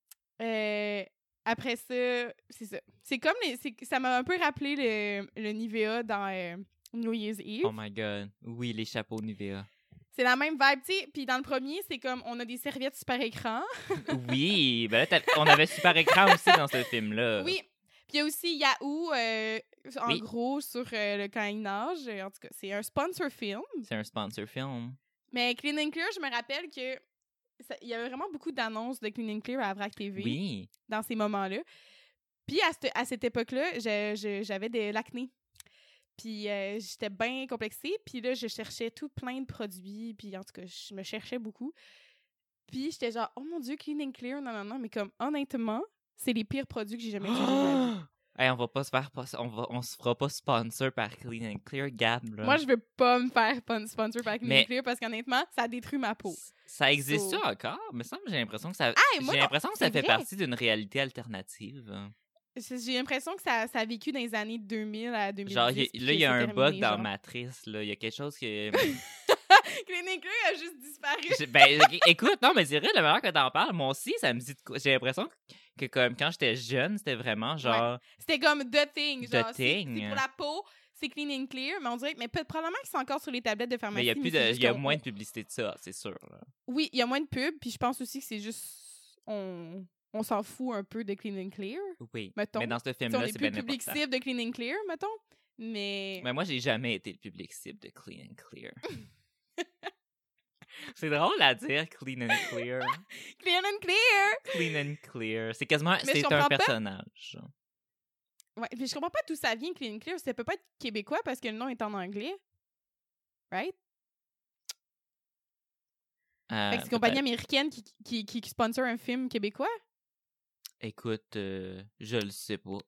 Après ça, c'est ça. C'est comme ça m'a un peu rappelé le Nivea dans New Year's Eve. Oh my God. Oui, les chapeaux Nivea. C'est la même vibe, tu sais. Puis dans le premier, c'est comme on a des serviettes super écran. Oui, ben là, on avait super écran aussi dans ce film-là. Oui. Puis il y a aussi Yahoo, en gros, sur le quand il nage. En tout cas, c'est un sponsor film. C'est un sponsor film. Mais Clean and Clear, je me rappelle que il y avait vraiment beaucoup d'annonces de Clean and Clear à Vrac TV. Oui. Dans ces moments-là. Puis à cette époque-là, j'avais de l'acné. Puis j'étais bien complexée. Puis là, je cherchais tout plein de produits. Puis en tout cas, je me cherchais beaucoup. Puis j'étais genre, oh mon Dieu, Clean and Clear, non. Mais comme, honnêtement, c'est les pires produits que j'ai jamais utilisés. Hey, on se fera pas sponsor par Clean and Clear, Gab, là. Moi, je veux pas me faire sponsor par Clean and Clear parce qu'honnêtement, ça détruit ma peau. Ça existe encore? Mais ça, j'ai l'impression que ça, c'est fait vrai. partie d'une réalité alternative. J'ai l'impression que ça a vécu dans les années 2000 à 2010. Genre, il y a un bug dans Matrice, là. Il y a quelque chose qui... Clean and Clear a juste disparu. Ben, écoute, non, mais c'est vrai, la manière que t'en parles, moi aussi, ça me dit de quoi. J'ai l'impression que comme quand j'étais jeune, c'était vraiment genre... Ouais. C'était comme The Thing. Genre, Thing. C'est pour la peau, c'est Clean and Clear, mais on dirait... Mais probablement qu'ils sont encore sur les tablettes de pharmacie. Mais il y a moins de publicité de ça, c'est sûr. Là. Oui, il y a moins de pub, puis je pense aussi que c'est juste... On s'en fout un peu de Clean and Clear. Oui, mettons. mais dans ce film-là, c'est bien important. On est plus public cible de Clean and Clear, mettons. Mais moi, j'ai jamais été le public cible de Clean and Clear. C'est drôle à dire, Clean and Clear. Clean and Clear! Clean and Clear. C'est quasiment... Mais c'est un personnage. Ouais, mais je comprends pas d'où ça vient, Clean and Clear. Ça peut pas être québécois parce que le nom est en anglais. Right? Fait que c'est une compagnie américaine qui sponsor un film québécois? Écoute, je le sais pas.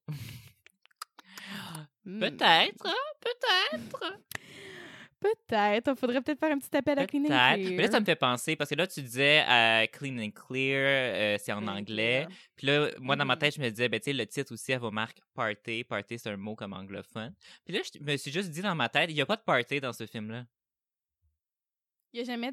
Peut-être, hein? Peut-être. Peut-être. Il faudrait peut-être faire un petit appel à Clean and Clear. Mais là, ça me fait penser, parce que là, tu disais Clean and Clear, c'est en anglais. Puis là, moi, dans ma tête, je me disais, ben, tu sais, le titre aussi, elle va marquer party. Party, c'est un mot comme anglophone. Puis là, je me suis juste dit dans ma tête, il n'y a pas de party dans ce film-là. Il n'y a jamais...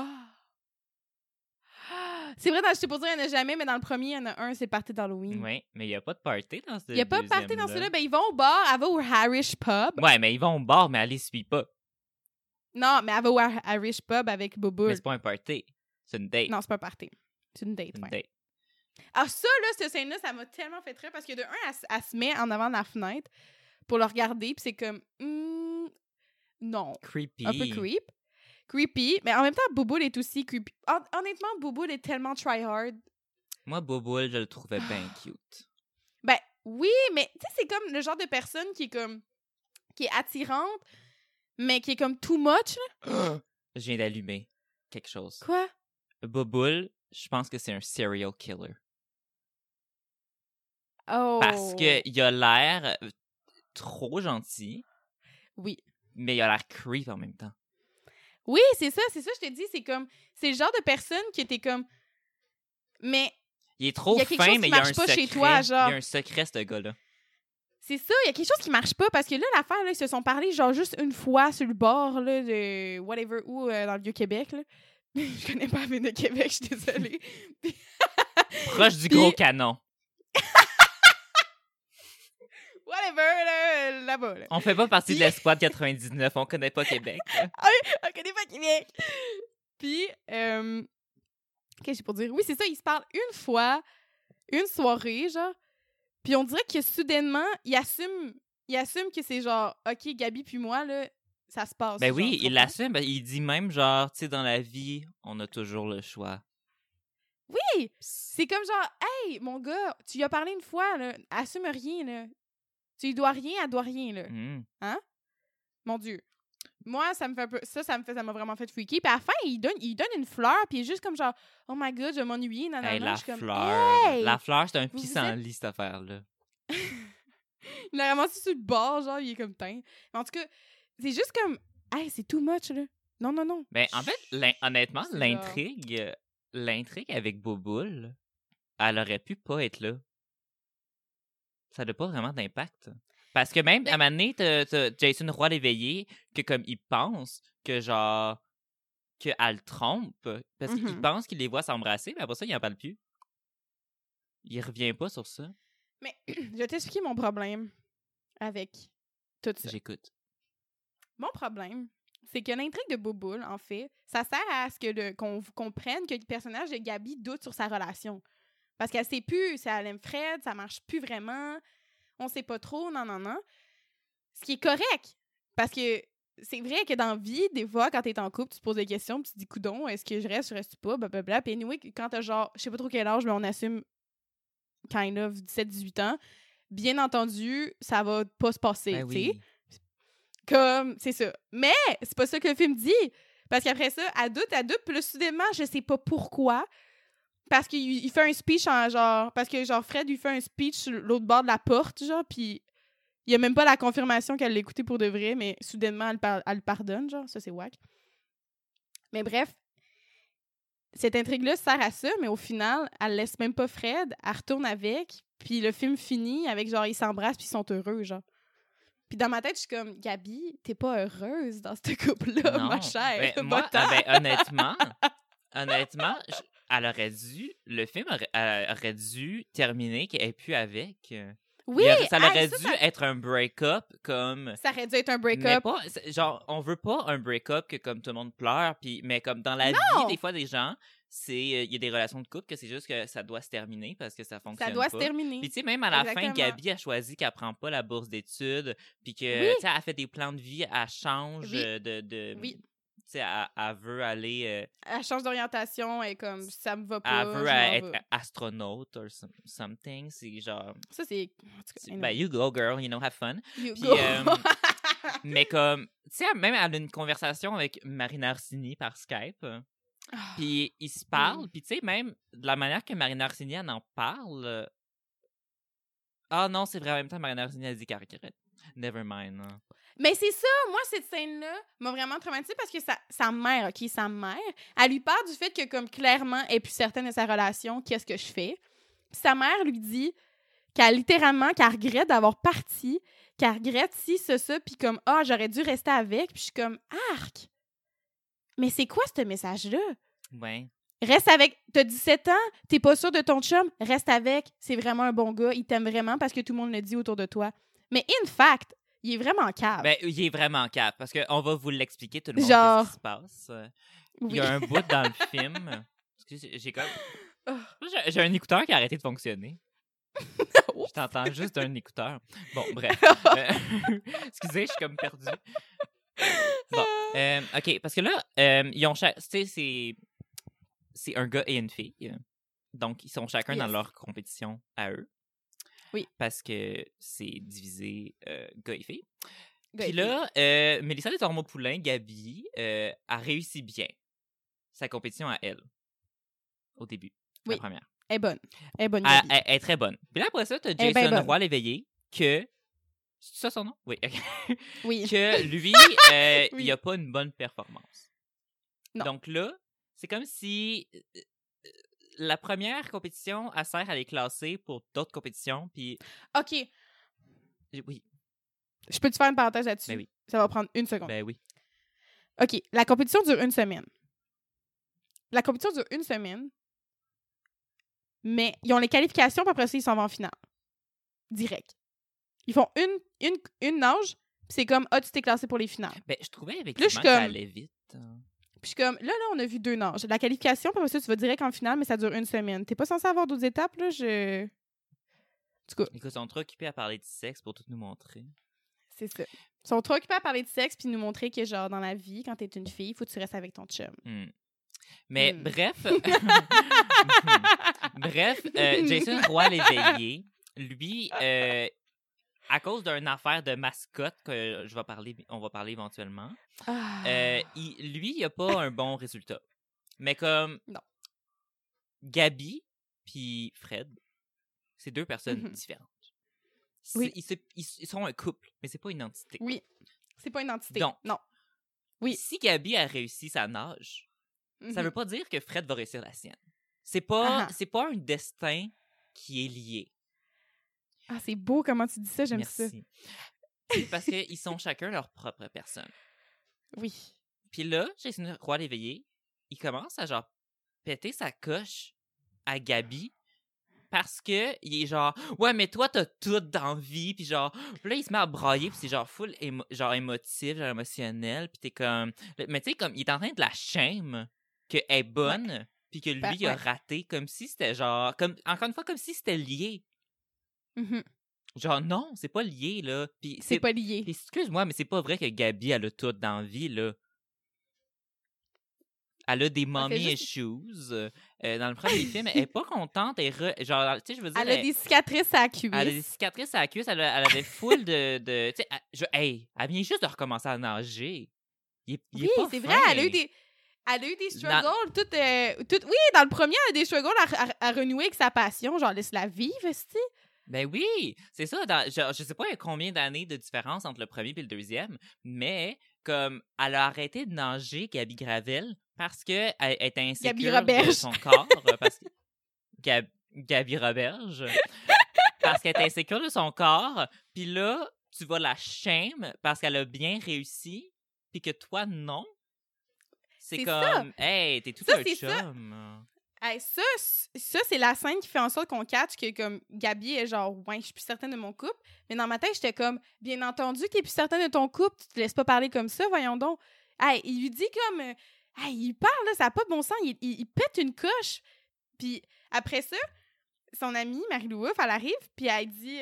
C'est vrai, je t'ai pas dit il n'y en a jamais, mais dans le premier, il y en a un, c'est Party d'Halloween. Oui, mais il n'y a pas de party dans ce Il n'y a pas de party dans celui-là. Ben, ils vont au bar, elle va au Irish Pub. Ouais, mais ils vont au bar, mais elle les suit pas. Non, mais elle va au Irish Pub avec Bobo. Mais c'est pas un party. C'est une date. Non, c'est pas un party. C'est une date, une ouais. date. Alors ça, là, cette scène-là, ça m'a tellement fait rire parce que de un, elle se met en avant de la fenêtre pour le regarder, puis c'est comme... non. Creepy. Un peu creepy, mais en même temps, Bouboule est aussi creepy. Honnêtement, Bouboule est tellement try-hard. Moi, Boboule, je le trouvais bien cute. Ben, oui, mais tu sais, c'est comme le genre de personne qui est comme... qui est attirante, mais qui est comme too much, là. Je viens d'allumer quelque chose. Quoi? Boboule, je pense que c'est un serial killer. Oh! Parce qu'il a l'air trop gentil. Oui. Mais il a l'air creep en même temps. Oui, c'est ça, je te dis, c'est comme... C'est le genre de personne qui était comme... Mais... Il est trop fin, mais il y a un secret. Chez toi, genre. Il y a un secret, ce gars-là. C'est ça, il y a quelque chose qui marche pas, parce que là, l'affaire, là, ils se sont parlé genre juste une fois sur le bord, là, de whatever, où, dans le Vieux-Québec, là. Je connais pas la ville de Québec, je suis désolée. Proche du gros canon. Whatever, là-bas, là. On fait pas partie de l'escouade 99, on connaît pas Québec. On connaît pas Québec. Puis, qu'est-ce que j'ai pour dire? Oui, c'est ça, ils se parlent une fois, une soirée, genre. Puis on dirait que soudainement, il assume que c'est genre, OK, Gabi puis moi, là, ça se passe. Ben genre, oui, il l'assume. Ben, il dit même genre, tu sais, dans la vie, on a toujours le choix. Oui! C'est comme genre, hey, mon gars, tu lui as parlé une fois, là, assume rien, là. Tu lui dois rien, elle doit rien, là. Hein? Mon Dieu. Moi, ça m'a vraiment fait freaky. Puis à la fin, il donne une fleur, puis il est juste comme genre, oh my god, je vais m'ennuyer. Hey, la fleur. Comme, hey! La fleur, c'est un pissenlit, cette affaire-là. Il l'a ramassé sur le bord, genre, il est comme teint. Mais en tout cas, c'est juste comme, hey, c'est too much, là. Non. Ben, en fait, honnêtement, l'intrigue avec Boboule, elle aurait pu pas être là. Ça n'a pas vraiment d'impact. Parce que même, à un moment donné, t'as Jason Roy l'éveillé, que comme il pense que genre, qu'elle le trompe, parce qu'il pense qu'il les voit s'embrasser, mais après ça, il en parle plus. Il revient pas sur ça. Mais, je vais t'expliquer mon problème avec tout ça. J'écoute. Mon problème, c'est que l'intrigue de Boboule, en fait, ça sert à ce que qu'on comprenne que le personnage de Gabi doute sur sa relation. Parce qu'elle sait plus si elle aime Fred, ça marche plus vraiment, on sait pas trop, non. Ce qui est correct, parce que c'est vrai que dans la vie, des fois, quand t'es en couple, tu te poses des questions, puis tu te dis, coudon, est-ce que je reste pas, blablabla. Puis anyway, quand t'as genre, je sais pas trop quel âge, mais on assume kind of 17-18 ans, bien entendu, ça va pas se passer, Ben tu sais. oui. Comme, c'est ça. Mais c'est pas ça que le film dit. Parce qu'après ça, elle doute, puis là, soudainement, je sais pas pourquoi, parce qu'il fait un speech en genre... Parce que genre Fred lui fait un speech sur l'autre bord de la porte, genre, puis il y a même pas la confirmation qu'elle l'a écouté pour de vrai, mais soudainement, elle le pardonne, genre. Ça, c'est wack. Mais bref, cette intrigue-là sert à ça, mais au final, elle laisse même pas Fred, elle retourne avec, puis le film finit avec genre, ils s'embrassent puis ils sont heureux, genre. Puis dans ma tête, je suis comme, Gabi, t'es pas heureuse dans ce couple-là, Non. ma chère. Ben, moi, honnêtement, le film aurait dû terminer qu'elle ait pu avec. Oui, ça aurait dû être un break-up comme... Ça aurait dû être un Mais break-up. pas, genre, on veut pas un break-up que comme tout le monde pleure, mais comme dans la vie, des fois, des gens, il y a des relations de couple que c'est juste que ça doit se terminer parce que ça fonctionne Ça doit pas. se terminer. Puis tu sais, même à la Exactement. fin, Gabi a choisi qu'elle prend pas la bourse d'études, puis que, tu sais, elle fait des plans de vie, elle change de Oui. Tu sais, elle veut aller... Elle change d'orientation et comme, ça me va pas. elle veut être astronaute or something. C'est genre... Ça, c'est... en tout cas, Ben, you go, girl, you know, have fun. You Puis, go. mais comme, tu sais, même elle a une conversation avec Marina Orsini par Skype. Puis ils se parlent. Puis tu sais, même de la manière que Marina Orsini elle en parle... Ah non, c'est vrai, en même temps, Marina Orsini a dit qu'elle regrette. Never mind. Hein. Mais c'est ça, moi, cette scène-là m'a vraiment traumatisée parce que sa mère, sa mère, elle lui parle du fait que, comme clairement, elle est plus certaine de sa relation, qu'est-ce que je fais. Puis sa mère lui dit qu'elle regrette d'avoir parti, qu'elle regrette ci, ça, puis comme, j'aurais dû rester avec. Puis je suis comme, arc! Mais c'est quoi ce message-là? Ouais. Reste avec, t'as 17 ans, t'es pas sûr de ton chum, reste avec, c'est vraiment un bon gars, il t'aime vraiment parce que tout le monde le dit autour de toi. Mais in fact, il est vraiment cave. Ben, il est vraiment cave parce qu'on va vous l'expliquer tout le monde Genre... qu'est-ce qui se passe. Oui. Il y a un bout dans le film. Excusez, j'ai comme... J'ai un écouteur qui a arrêté de fonctionner. Je t'entends juste d'un écouteur. Bon, bref. Excusez, je suis comme perdue. Bon, OK, parce que là, ils ont... Tu sais, c'est un gars et une fille. Donc, ils sont chacun dans leur compétition à eux. Oui. Parce que c'est divisé gars et filles. Gars Puis et là, Mélissa Desormeaux-Poulain, Gabi, a réussi bien sa compétition à elle. Au début, la première. Elle est bonne. Elle est bonne, Gabi. Elle est très bonne. Puis là, après ça, t'as Elle est Jason bonne. Roy-Léveillé, que... C'est ça son nom? Oui. Oui. Que lui, Oui. il a pas une bonne performance. Non. Donc là, c'est comme si la première compétition, elle sert à les classer pour d'autres compétitions, puis... OK. Oui. Je peux te faire une parenthèse là-dessus? Ben oui. Ça va prendre une seconde. Ben oui. OK. La compétition dure une semaine. La compétition dure une semaine, mais ils ont les qualifications, puis après ça, ils s'en vont en finale. Direct. Ils font une nage, puis c'est comme, tu t'es classé pour les finales. Ben, je trouvais Là, effectivement je suis que ça comme- allait vite. Hein. Puis je suis comme, là, on a vu 2 nages. La qualification, puis après ça, tu vas direct en finale, mais ça dure une semaine. T'es pas censé avoir d'autres étapes, là? En tout cas, Écoute, ils sont trop occupés à parler de sexe pour tout nous montrer. c'est ça. Ils sont trop occupés à parler de sexe puis nous montrer que, genre, dans la vie, quand t'es une fille, il faut que tu restes avec ton chum. Mais bref, Jason Roy-Léveillé, lui, à cause d'une affaire de mascotte que on va parler éventuellement, lui, il a pas un bon résultat. Mais comme Non. Gabi puis Fred, c'est 2 personnes différentes. Oui. Ils sont un couple, mais c'est pas une entité. Oui. C'est pas une entité. Donc, non. Oui. Si Gabi a réussi sa nage, ça veut pas dire que Fred va réussir la sienne. C'est pas un destin qui est lié. Ah, c'est beau comment tu dis ça, j'aime ça. Merci. C'est parce qu'ils sont chacun leur propre personne. Oui. Puis là, Jason Roy-Léveillé, il commence à genre péter sa coche à Gabi parce que il est genre ouais mais toi t'as tout dans la vie puis genre puis là il se met à brailler puis c'est genre full genre émotif, genre émotionnel puis t'es comme mais tu sais comme il est en train de la shame qu'elle est bonne puis que lui il a raté comme si c'était genre comme encore une fois comme si c'était lié. Genre non, c'est pas lié là. Puis c'est pas lié. Puis excuse-moi mais c'est pas vrai que Gabi elle a tout dans la vie là. Elle a des mommy issues. Dans le premier film, elle est pas contente. Genre, tu sais, je veux dire... Elle a des cicatrices à la cuisse. Elle a des cicatrices à la cuisse. Elle avait full de tu sais, elle vient juste de recommencer à nager. Il est oui, pas c'est fin. vrai. Elle a eu des... Elle a eu des struggles, oui, dans le premier, elle a eu des struggles à renouer avec sa passion, genre, laisse la vivre, est-ce. Ben oui, c'est ça. Je sais pas il y a combien d'années de différence entre le premier et le deuxième, mais comme elle a arrêté de nager, Gabi Gravel, parce qu'elle était insécure de son corps. Parce que Gabi Roberge. Parce qu'elle est insécure de son corps, puis là, tu vas la shame parce qu'elle a bien réussi, puis que toi, non. C'est comme, ça. Hey, t'es tout un chum. Hey, ça c'est la scène qui fait en sorte qu'on catch que comme Gabi est genre, ouais, je suis plus certaine de mon couple. Mais dans ma tête, j'étais comme, bien entendu que t'es plus certaine de ton couple, tu te laisses pas parler comme ça, voyons donc. Hey, il lui dit comme, hey, il parle, là, ça n'a pas de bon sens, il pète une coche. Puis après ça, son amie, Marie-Lou Wolfe, elle arrive, puis elle dit,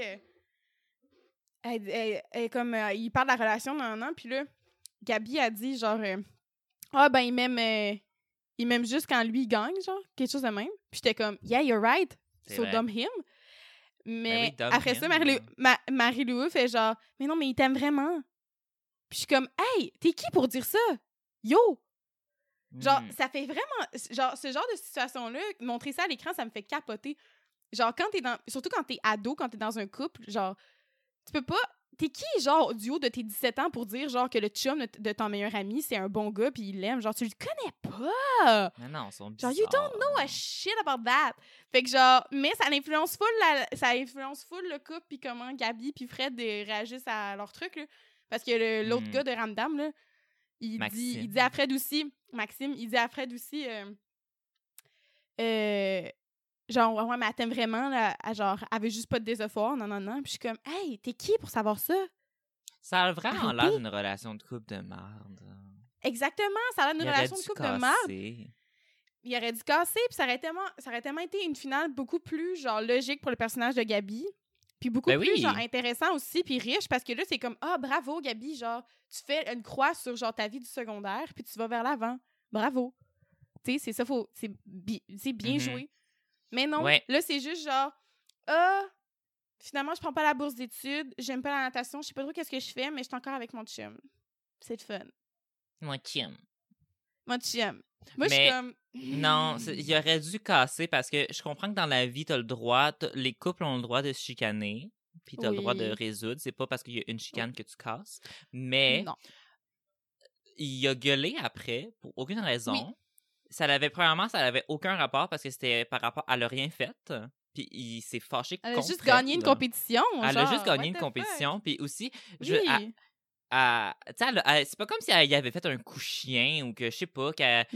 il parle de la relation, non, puis là, Gabi a dit genre, ben il m'aime juste quand lui il gagne, genre, quelque chose de même. Puis j'étais comme, yeah, you're right, so dumb him. Mais ben oui, après ça, Marie-Lou fait genre, mais non, mais il t'aime vraiment. Puis je suis comme, hey, t'es qui pour dire ça? Yo! Genre, ça fait vraiment, genre, ce genre de situation-là, montrer ça à l'écran, ça me fait capoter. Genre, surtout quand t'es ado, quand t'es dans un couple, genre, tu peux pas. T'es qui, genre, du haut de tes 17 ans pour dire, genre, que le chum de ton meilleur ami, c'est un bon gars pis il l'aime? Genre, tu le connais pas! Mais non, ils sont bizarres. Genre, you don't know a shit about that! Fait que, genre, mais ça influence full le couple pis comment Gabi pis Fred réagissent à leur truc, là. Parce que l'autre gars de Ramdam, là, il dit à Fred aussi, Maxime, il dit à Fred aussi, genre, ouais, mais elle t'aime vraiment, là, genre, elle veut juste pas de désespoir, non. Puis je suis comme, hey, t'es qui pour savoir ça? Ça a vraiment l'air d'une relation de couple de merde. Exactement, ça a l'air d'une relation de couple de merde. Il aurait dû casser, puis ça aurait tellement été une finale beaucoup plus, genre, logique pour le personnage de Gabi. Puis beaucoup plus, genre, intéressant aussi, puis riche, parce que là, c'est comme, bravo, Gabi, genre, tu fais une croix sur, genre, ta vie du secondaire, puis tu vas vers l'avant. Bravo. Tu sais, c'est ça, c'est bien joué. Mais non, là, c'est juste genre, finalement, je prends pas la bourse d'études, j'aime pas la natation, je sais pas trop qu'est-ce que je fais, mais je suis encore avec mon chum. C'est le fun. Mon chum. Moi, je suis comme... Non, il aurait dû casser parce que je comprends que dans la vie, t'as le droit, les couples ont le droit de se chicaner, puis t'as le droit de résoudre. C'est pas parce qu'il y a une chicane que tu casses. Mais il a gueulé après, pour aucune raison. Oui. Premièrement, ça n'avait aucun rapport parce que c'était par rapport... Elle a rien fait. Puis il s'est fâché contre elle. Elle a juste gagné une compétition. Elle a juste gagné une compétition. Puis aussi, c'est pas comme si elle avait fait un coup chien ou que, je sais pas,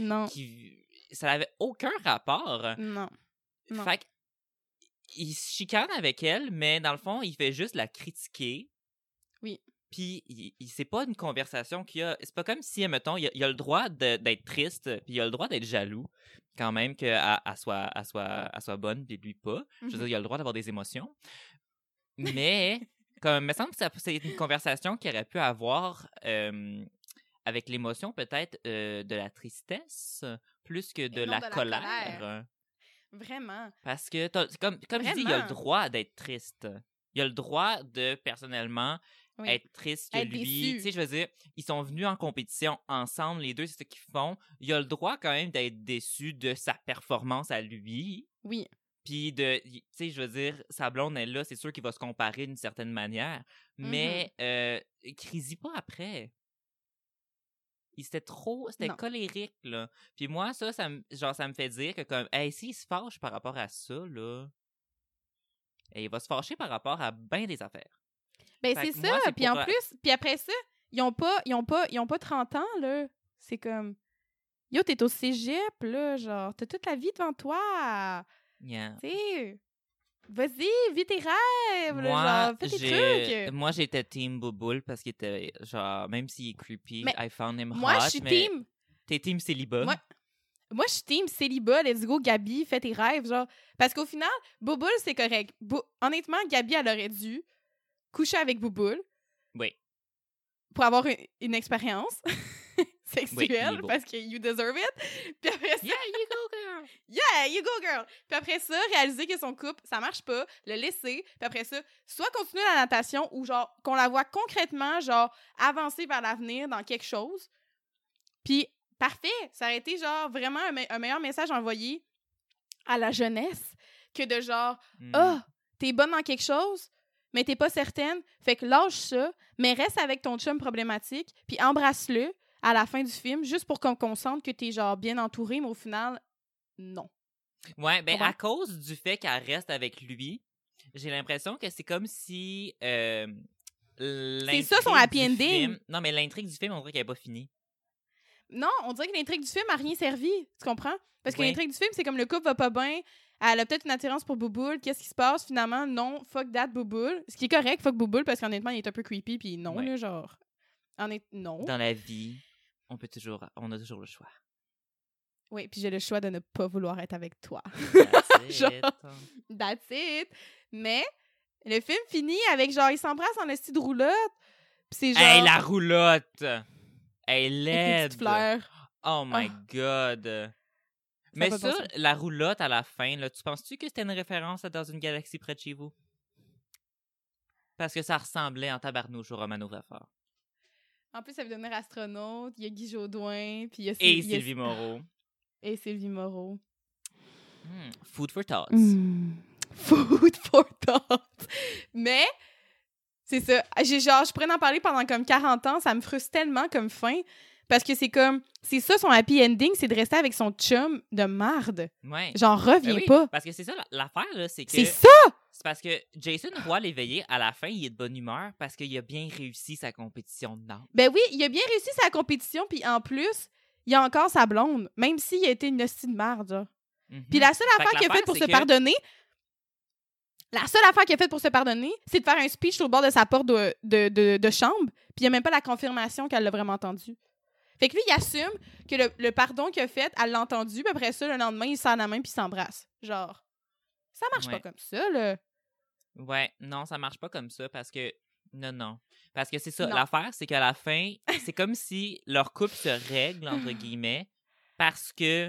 ça n'avait aucun rapport. Non. Fait qu'il se chicane avec elle, mais dans le fond, il fait juste la critiquer. Oui. Puis c'est pas une conversation qu'il y a. C'est pas comme si, mettons, il a le droit d'être triste, puis il a le droit d'être jaloux, quand même, qu'elle soit bonne, puis lui pas. Je veux dire, il a le droit d'avoir des émotions. Mais, comme, il me semble que c'est une conversation qu'il aurait pu avoir avec l'émotion, peut-être, de la tristesse, plus que de la colère. Vraiment. Parce que, comme je dis, il a le droit d'être triste. Il a le droit de, personnellement, être triste que lui. Tu sais, je veux dire, ils sont venus en compétition ensemble, les deux, c'est ce qu'ils font. Il a le droit quand même d'être déçu de sa performance à lui. Oui. Puis tu sais, je veux dire, sa blonde est là, c'est sûr qu'il va se comparer d'une certaine manière. Mais, crie-y pas après. C'était colérique, là. Puis moi, ça me fait dire que comme, hey, s'il se fâche par rapport à ça, là, il va se fâcher par rapport à bien des affaires. Ben, c'est ça. Puis en plus, puis après ça, ils ont pas 30 ans, là. C'est comme, yo, t'es au cégep, là, genre, t'as toute la vie devant toi. Yeah. Tu sais, vas-y, vis tes rêves, là, genre, fais tes trucs. Moi, j'étais team Bouboule parce qu'il était, genre, même s'il est creepy, I found him hot. Moi, je suis team... T'es team célibat? Moi, je suis team célibat, let's go, Gabi, fais tes rêves, genre. Parce qu'au final, Bouboule, c'est correct. Honnêtement, Gabi, elle aurait dû coucher avec Bouboule. Oui. Pour avoir une expérience sexuelle, parce que you deserve it. Puis après ça... Yeah, you go, girl! Yeah, you go, girl! Puis après ça, réaliser que son couple, ça marche pas, le laisser. Puis après ça, soit continuer la natation ou genre qu'on la voit concrètement, genre avancer vers l'avenir dans quelque chose. Puis parfait. Ça aurait été genre vraiment un meilleur message envoyé à la jeunesse que de genre, t'es bonne dans quelque chose, mais t'es pas certaine, fait que lâche ça, mais reste avec ton chum problématique, puis embrasse-le à la fin du film, juste pour qu'on sente que t'es genre bien entourée, mais au final, non. Ouais, ben à cause du fait qu'elle reste avec lui, j'ai l'impression que c'est comme si c'est ça son happy ending. Non, mais l'intrigue du film, on dirait qu'elle n'est pas finie. Non, on dirait que l'intrigue du film a rien servi, tu comprends? Parce que l'intrigue du film, c'est comme le couple va pas bien, elle a peut-être une attirance pour Bouboule, qu'est-ce qui se passe? Finalement, non, fuck that Bouboule. Ce qui est correct, fuck Bouboule, parce qu'honnêtement, il est un peu creepy, puis non, là, genre... Non. Dans la vie, on a toujours le choix. Oui, puis j'ai le choix de ne pas vouloir être avec toi. That's it. That's it. Mais le film finit avec genre, ils s'embrassent en esti de roulotte. Pis c'est genre... Hey, la roulotte! Elle est laide! Avec des petites fleurs. Oh my God! Mais ça, la roulotte à la fin, là, tu penses-tu que c'était une référence à Dans une galaxie près de chez vous? Parce que ça ressemblait en tabarnouche au Romano Fafard. En plus, ça veut devenir astronaute. Il y a Guy Jodoin, puis il y a... Sylvie Moreau. Et Sylvie Moreau. Food for thoughts. Food for thoughts. Mais, c'est ça. Je pourrais en parler pendant comme 40 ans. Ça me frustre tellement comme fin. Parce que c'est comme... C'est ça, son happy ending, c'est de rester avec son chum de marde. Ouais. J'en reviens pas. Parce que c'est ça, l'affaire, là, c'est que... C'est ça! C'est parce que Jason Roy l'éveillé, à la fin, il est de bonne humeur parce qu'il a bien réussi sa compétition de danse. Ben oui, il a bien réussi sa compétition, puis en plus, il a encore sa blonde, même s'il a été une hostie de merde, genre. Puis la seule affaire qu'il a faite pour se pardonner... La seule affaire qu'il a faite pour se pardonner, c'est de faire un speech au bord de sa porte de chambre, puis il n'y a même pas la confirmation qu'elle l'a vraiment entendu. Fait que lui, il assume que le pardon qu'il a fait, elle l'a entendu, puis après ça, le lendemain, il serre la main puis il s'embrasse. Genre, ça marche pas comme ça, là. Ouais, non, ça marche pas comme ça parce que... Non. Parce que c'est ça, l'affaire, c'est qu'à la fin, c'est comme si leur couple se règle, entre guillemets, parce que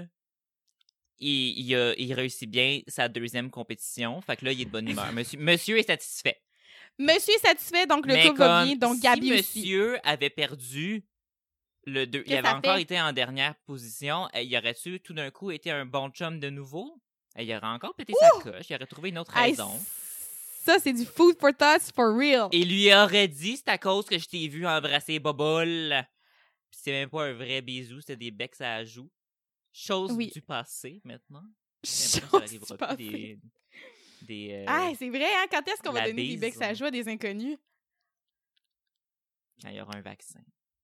il réussit bien sa deuxième compétition. Fait que là, il est de bonne humeur. Monsieur est satisfait. Monsieur est satisfait, donc le couple va bien, donc Gabi aussi. Si monsieur avait perdu... il avait encore été en dernière position. Il aurait-tu tout d'un coup été un bon chum de nouveau? Il aurait encore pété sa coche. Il aurait trouvé une autre raison. Ça, c'est du food for thoughts for real. Il lui aurait dit, c'est à cause que je t'ai vu embrasser Bobole. Puis c'est même pas un vrai bisou, c'était des becs à la joue. Chose du passé, maintenant. Chose du passé. C'est vrai, hein? Quand est-ce qu'on va donner des becs à la joue à des inconnus? Quand il y aura un vaccin.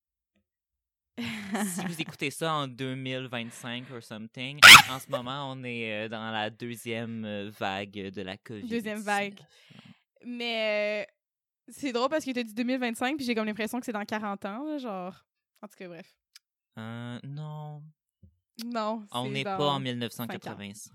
Si vous écoutez ça en 2025 or something, en ce moment, on est dans la deuxième vague de la COVID. Deuxième vague. Mais c'est drôle parce que t'as dit 2025 puis j'ai comme l'impression que c'est dans 40 ans, là, genre... En tout cas, bref. Non. Non, on n'est pas en 1985.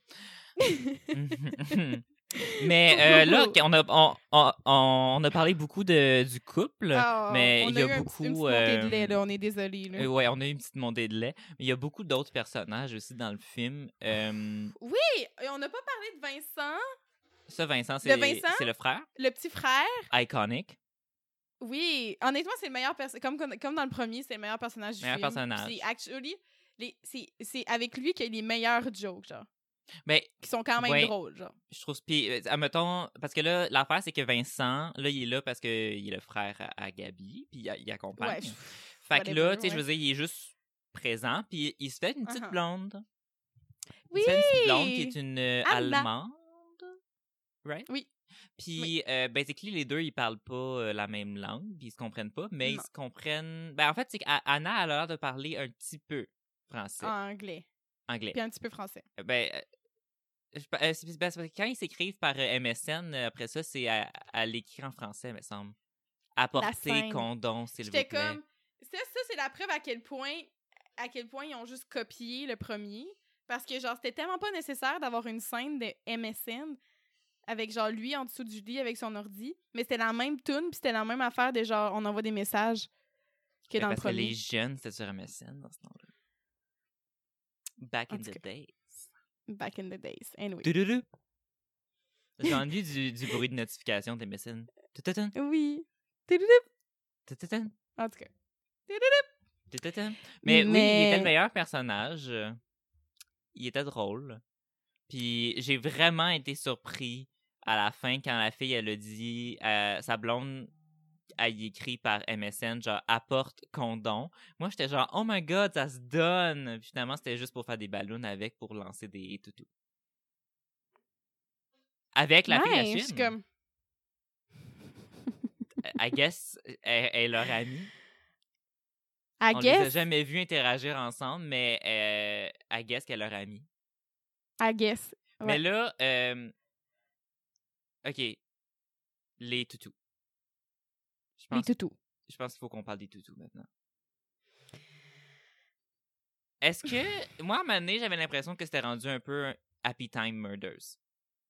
Mais là, on a parlé beaucoup du couple, mais il y a beaucoup... une petite montée de lait, là, on est désolé. Ouais, on a eu une petite montée de lait, mais il y a beaucoup d'autres personnages aussi dans le film. Oui, et on n'a pas parlé de Vincent. Ça, Vincent, c'est le frère. Le petit frère. Iconic. Oui, honnêtement, c'est le meilleur personnage. Comme dans le premier, c'est le meilleur personnage du film. Personnage. C'est avec lui qu'il y a les meilleurs jokes, genre. Mais, qui sont quand même drôles, genre. Je trouve... Puis, admettons, parce que là, l'affaire, c'est que Vincent, là, il est là parce qu'il est le frère à Gabi, puis il accompagne. Ouais, fait que là, tu sais, je veux dire, il est juste présent, puis il se fait une petite blonde. Oui! Il se fait une petite blonde qui est une Allemande. Right? Oui. Puis, basically, les deux, ils parlent pas la même langue, puis ils se comprennent pas, mais ils se comprennent... Ben, en fait, c'est qu'Anna, elle a l'air de parler un petit peu français. Anglais. Puis un petit peu français. Parce que quand ils s'écrivent par MSN, après ça, c'est à l'écrit en français, me semble. Apporter condom, s'il vous plaît. J'étais comme... Ça, c'est la preuve à quel point ils ont juste copié le premier. Parce que, genre, c'était tellement pas nécessaire d'avoir une scène de MSN avec, genre, lui en dessous du lit avec son ordi. Mais c'était la même toune, puis c'était la même affaire de, genre, on envoie des messages que dans le premier. Parce que les jeunes, c'était sur MSN dans ce temps-là. Back in the days. Back in the days. Anyway. J'ai envie du bruit de notification de MSN. Oui. En tout cas. Mais oui, il était le meilleur personnage. Il était drôle. Puis j'ai vraiment été surpris à la fin quand la fille, elle a dit sa blonde, elle y écrit par MSN, genre « apporte condom ». Moi, j'étais genre « oh my god, ça se donne ». Puis finalement, c'était juste pour faire des ballons avec, pour lancer des toutous. Avec la fille de la Chine. Je suis comme... I guess, elle est leur amie. On les a jamais vus interagir ensemble, mais I guess qu'elle est leur amie. I guess. Ouais. Mais là, OK, les toutous. Les toutous. Je pense qu'il faut qu'on parle des toutous maintenant. Est-ce que... Moi, à un moment donné, j'avais l'impression que c'était rendu un peu Happy Time Murders.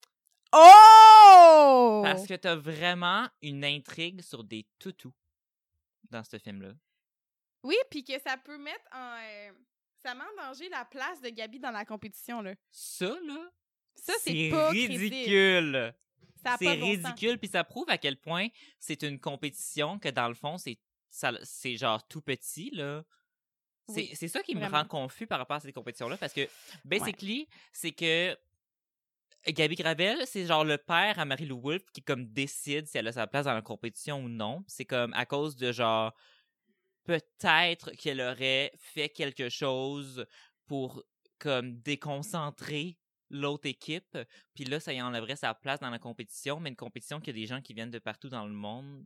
Oh! Parce que t'as vraiment une intrigue sur des toutous dans ce film-là. Oui, puis que ça peut mettre en... ça met en danger la place de Gabi dans la compétition, là. Ça, là, c'est pas ridicule. C'est ridicule, puis ça prouve à quel point c'est une compétition que, dans le fond, c'est genre tout petit, là. Oui, c'est ça qui me vraiment. rend confus par rapport à ces compétitions-là, parce que, basically, c'est que Gabi Gravel, c'est genre le père à Marie-Lou Wolfe qui, comme, décide si elle a sa place dans la compétition ou non. C'est comme à cause de, genre, peut-être qu'elle aurait fait quelque chose pour, comme, déconcentrer l'autre équipe, puis là, ça y enlèverait sa place dans la compétition, mais une compétition qu'il y a des gens qui viennent de partout dans le monde.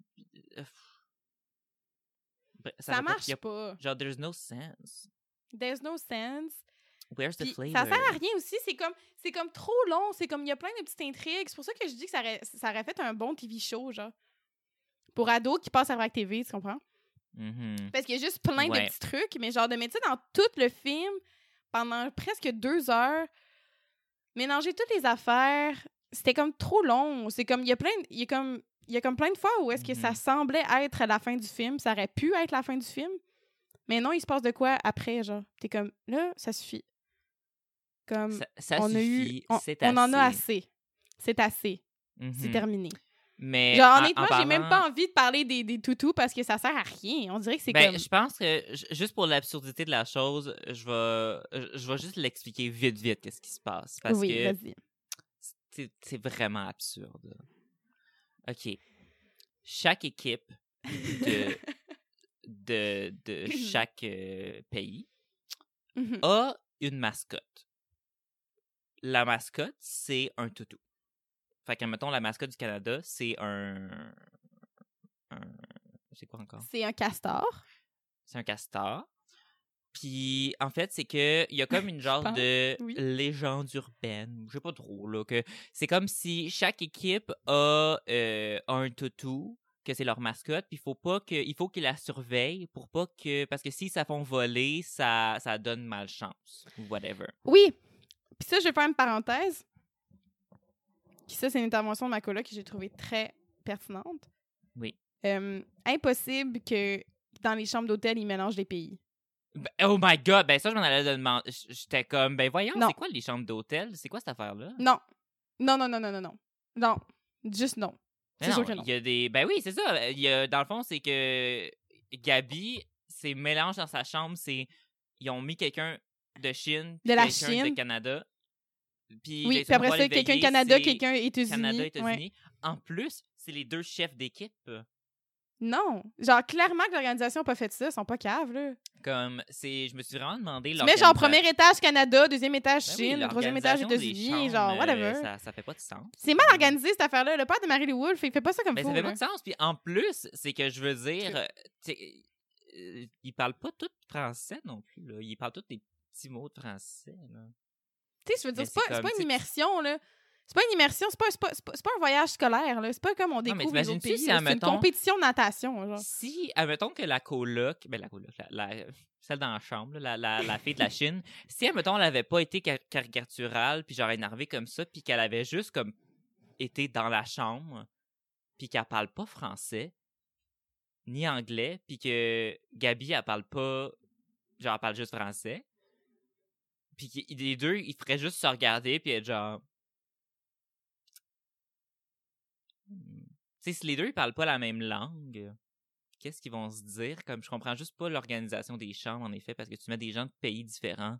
Ça marche pas. Genre, there's no sense. There's no sense. Where's the flavor? Ça sert à rien aussi, c'est comme trop long, c'est comme il y a plein de petites intrigues, c'est pour ça que je dis que ça aurait fait un bon TV show, genre. Pour ados qui passent à Vrac TV, tu comprends? Mm-hmm. Parce qu'il y a juste plein de petits trucs, mais genre de mettre ça dans tout le film pendant presque 2 heures, mélanger toutes les affaires, c'était comme trop long. C'est comme, il y a comme plein de fois où est-ce que ça semblait être la fin du film, ça aurait pu être la fin du film, mais non, il se passe de quoi après, genre. T'es comme, là, ça suffit. Comme, ça on suffit, a eu, c'est on en a assez. C'est assez. Mm-hmm. C'est terminé. Mais genre, honnêtement, j'ai même pas envie de parler des toutous parce que ça sert à rien. On dirait que c'est comme... Je pense que, juste pour l'absurdité de la chose, je vais juste l'expliquer vite qu'est-ce qui se passe. Parce que vas-y. c'est vraiment absurde. OK. Chaque équipe de chaque pays a une mascotte. La mascotte, c'est un toutou. Fait que, mettons, la mascotte du Canada, c'est un... C'est quoi encore? C'est un castor. C'est un castor. Puis, en fait, c'est que il y a comme une genre de légende urbaine, je sais pas trop, là, que c'est comme si chaque équipe a un toutou, que c'est leur mascotte, puis il faut qu'ils la surveillent pour pas que... Parce que s'ils se font voler, ça donne malchance, ou whatever. Oui. Puis ça, je vais faire une parenthèse. Puis ça, c'est une intervention de ma coloc que j'ai trouvée très pertinente. Oui. Impossible que dans les chambres d'hôtel, ils mélangent les pays. Oh my God! Ben ça, je m'en allais demander. J'étais comme, ben voyons, non. C'est quoi les chambres d'hôtel? C'est quoi cette affaire-là? Non. Non. Juste non. C'est sûr que non. Il y a des... Ben oui, c'est ça. Il y a, dans le fond, c'est que Gabi, c'est mélange dans sa chambre, c'est... Ils ont mis quelqu'un de Chine, puis quelqu'un de Canada. Puis, oui, puis après ça, quelqu'un Canada, quelqu'un États-Unis. Canada, États-Unis. Ouais. En plus, c'est les deux chefs d'équipe. Non. Genre, clairement que l'organisation n'a pas fait ça. Ils sont pas caves, là. Comme, je me suis vraiment demandé... Tu mets genre premier étage Canada, deuxième étage Chine, oui, troisième étage États-Unis, genre, whatever. Ça fait pas de sens. C'est mal organisé, cette affaire-là. Le père de Marie-Lou Wolfe, il fait pas ça comme ça fait pas de sens. Puis en plus, c'est que je veux dire... ils parlent pas tous français non plus, là. Ils parlent tous des petits mots de français, là. Tu sais, je veux dire, c'est pas une immersion, là. C'est pas une immersion, c'est pas un voyage scolaire, là. C'est pas comme on découvre les autres pays. C'est une compétition de natation, genre. Si, admettons que la coloc, celle dans la chambre, la fille de la Chine, si, admettons, elle avait pas été caricaturale, puis genre énervée comme ça, puis qu'elle avait juste comme été dans la chambre, puis qu'elle parle pas français, ni anglais, puis que Gabi, elle parle pas, genre, elle parle juste français, puis les deux, ils feraient juste se regarder, puis être genre... Tu sais, si les deux, ils parlent pas la même langue, qu'est-ce qu'ils vont se dire? Comme je comprends juste pas l'organisation des chambres, en effet, parce que tu mets des gens de pays différents.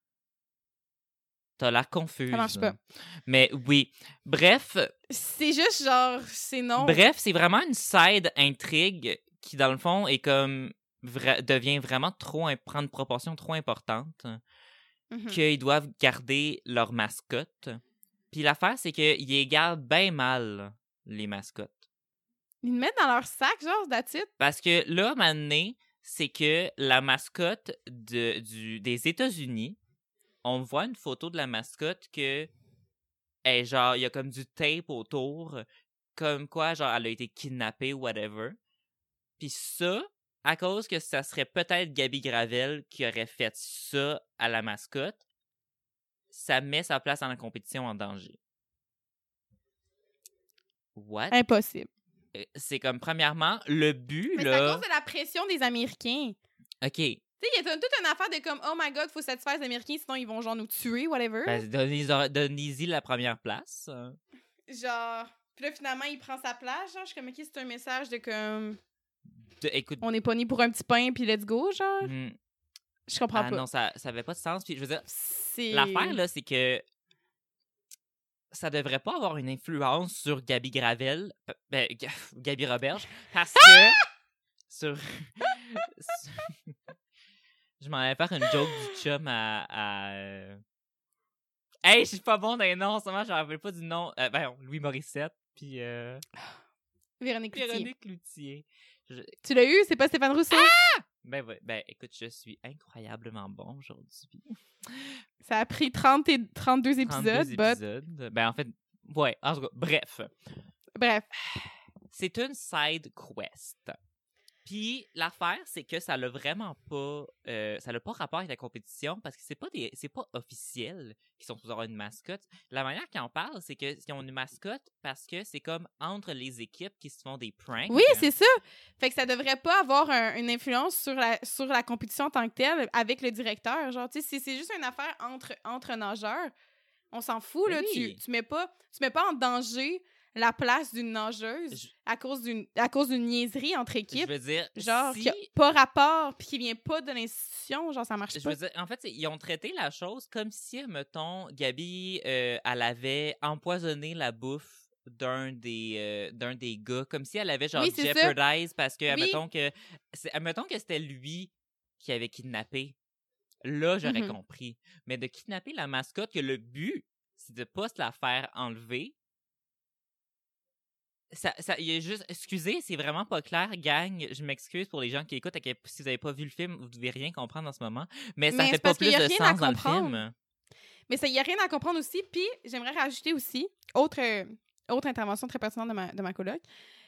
T'as l'air confuse. Ça marche pas. Mais oui. Bref. C'est juste genre, c'est non. Bref, c'est vraiment une side intrigue qui, dans le fond, est comme devient vraiment prendre une proportion trop importante. Qu'ils doivent garder leur mascotte. Puis l'affaire, c'est qu'ils gardent bien mal, les mascottes. Ils le mettent dans leur sac, genre, that's it? Parce que là, maintenant, c'est que la mascotte des États-Unis, on voit une photo de la mascotte que, genre, il y a comme du tape autour, comme quoi, genre, elle a été kidnappée ou whatever. Puis ça, à cause que ça serait peut-être Gabi Gravel qui aurait fait ça à la mascotte, ça met sa place dans la compétition en danger. What? Impossible. C'est comme, premièrement, le but, mais là... c'est à cause de la pression des Américains. OK. Tu sais, il y a toute une affaire de comme, oh my God, faut satisfaire les Américains, sinon ils vont genre nous tuer, whatever. Ben, donnez-y la première place. Genre... Puis là, finalement, il prend sa place, genre, je suis comme, OK, c'est un message de comme... Écoute... On n'est pas né pour un petit pain, puis let's go, genre. Je comprends pas. Non, ça avait pas de sens. Puis je veux dire, c'est... l'affaire, là, c'est que ça devrait pas avoir une influence sur Gabi Gravel, Gabi Roberge, parce que je m'en allais faire une joke du chum à... Hey, je suis pas bon dans les noms, en ce moment, je me rappelle pas du nom. Louis Morissette, puis... Véronique Cloutier. Tu l'as eu? C'est pas Stéphane Rousseau? Ah! Ben, écoute, je suis incroyablement bon aujourd'hui. Ça a pris 30 et 32 épisodes, Ben, en fait, ouais, en tout cas, bref. C'est une side quest. Puis, l'affaire, c'est que ça l'a vraiment pas... ça n'a pas rapport avec la compétition parce que c'est pas officiel qu'ils sont supposés avoir une mascotte. La manière qu'ils en parlent, c'est qu'ils ont une mascotte parce que c'est comme entre les équipes qui se font des pranks. Oui, c'est ça. Fait que ça devrait pas avoir une influence sur la compétition en tant que telle avec le directeur. Genre, tu sais, c'est juste une affaire entre nageurs. On s'en fout, là. Oui. Tu mets pas en danger la place d'une nageuse à cause d'une niaiserie entre équipes. Je veux dire, genre, qui a pas rapport puis qui vient pas de l'institution, genre, ça marche pas. Je veux dire, en fait, ils ont traité la chose comme si, mettons, Gabi, elle avait empoisonné la bouffe d'un des gars, comme si elle avait, genre, jeopardise parce que, admettons que c'était lui qui avait kidnappé. Là, j'aurais compris. Mais de kidnapper la mascotte, que le but, c'est de pas se la faire enlever. Il y a juste... Excusez, c'est vraiment pas clair, gang. Je m'excuse pour les gens qui écoutent. Si vous n'avez pas vu le film, vous devez rien comprendre en ce moment. Mais ça fait pas plus de sens dans le film. Mais il n'y a rien à comprendre aussi. Puis, j'aimerais rajouter aussi, autre intervention très pertinente de ma coloc.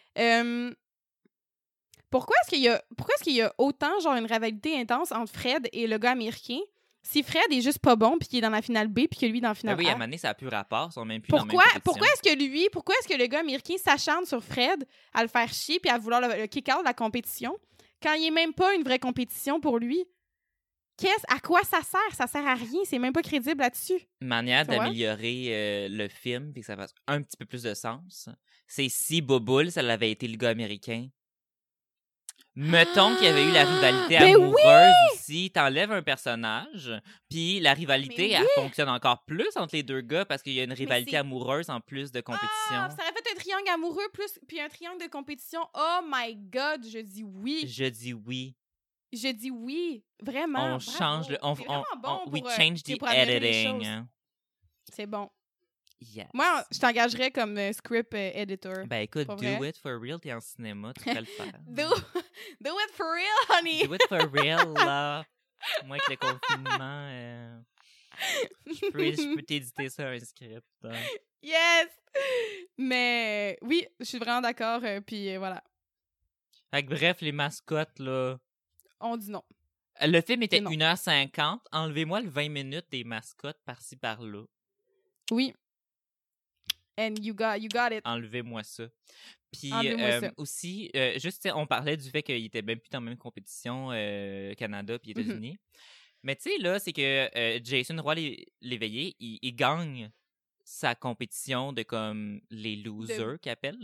Pourquoi est-ce qu'il y a autant, genre, une rivalité intense entre Fred et le gars américain? Si Fred est juste pas bon, puis qu'il est dans la finale B, puis que lui dans la finale A. Oui, à un moment donné, ça n'a plus rapport. Ils sont même plus dans la même compétition. Pourquoi est-ce que le gars américain s'acharne sur Fred à le faire chier puis à vouloir le kick-out de la compétition quand il n'est même pas une vraie compétition pour lui? À quoi ça sert? Ça sert à rien. C'est même pas crédible là-dessus. Manière d'améliorer le film puis que ça fasse un petit peu plus de sens, c'est si Boboul, ça l'avait été le gars américain. Mettons qu'il y avait eu la rivalité amoureuse aussi. T'enlèves un personnage, puis la rivalité, elle fonctionne encore plus entre les deux gars parce qu'il y a une rivalité amoureuse en plus de compétition. Ça aurait fait un triangle amoureux puis un triangle de compétition. Oh my God, je dis oui. Je dis oui. Je dis oui. Vraiment. On change le... we change the editing. C'est bon. Yes. Moi, je t'engagerais comme script editor. Ben écoute, do it for real, t'es en cinéma, tu pourrais le faire. do it for real, honey! Do it for real, là. Moi, avec le confinement, je peux t'éditer ça, un script. Hein. Yes! Mais oui, je suis vraiment d'accord, puis voilà. Fait que bref, les mascottes, là... On dit non. Le film était 1h50. Enlevez-moi le 20 minutes des mascottes par-ci, par-là. Oui. And you got it. Enlevez-moi ça. Puis ça. aussi, juste, on parlait du fait qu'il était même plus dans la même compétition Canada puis États-Unis. Mais tu sais, là, c'est que Jason Roy-Léveillé, il gagne sa compétition de comme les losers qu'il appelle.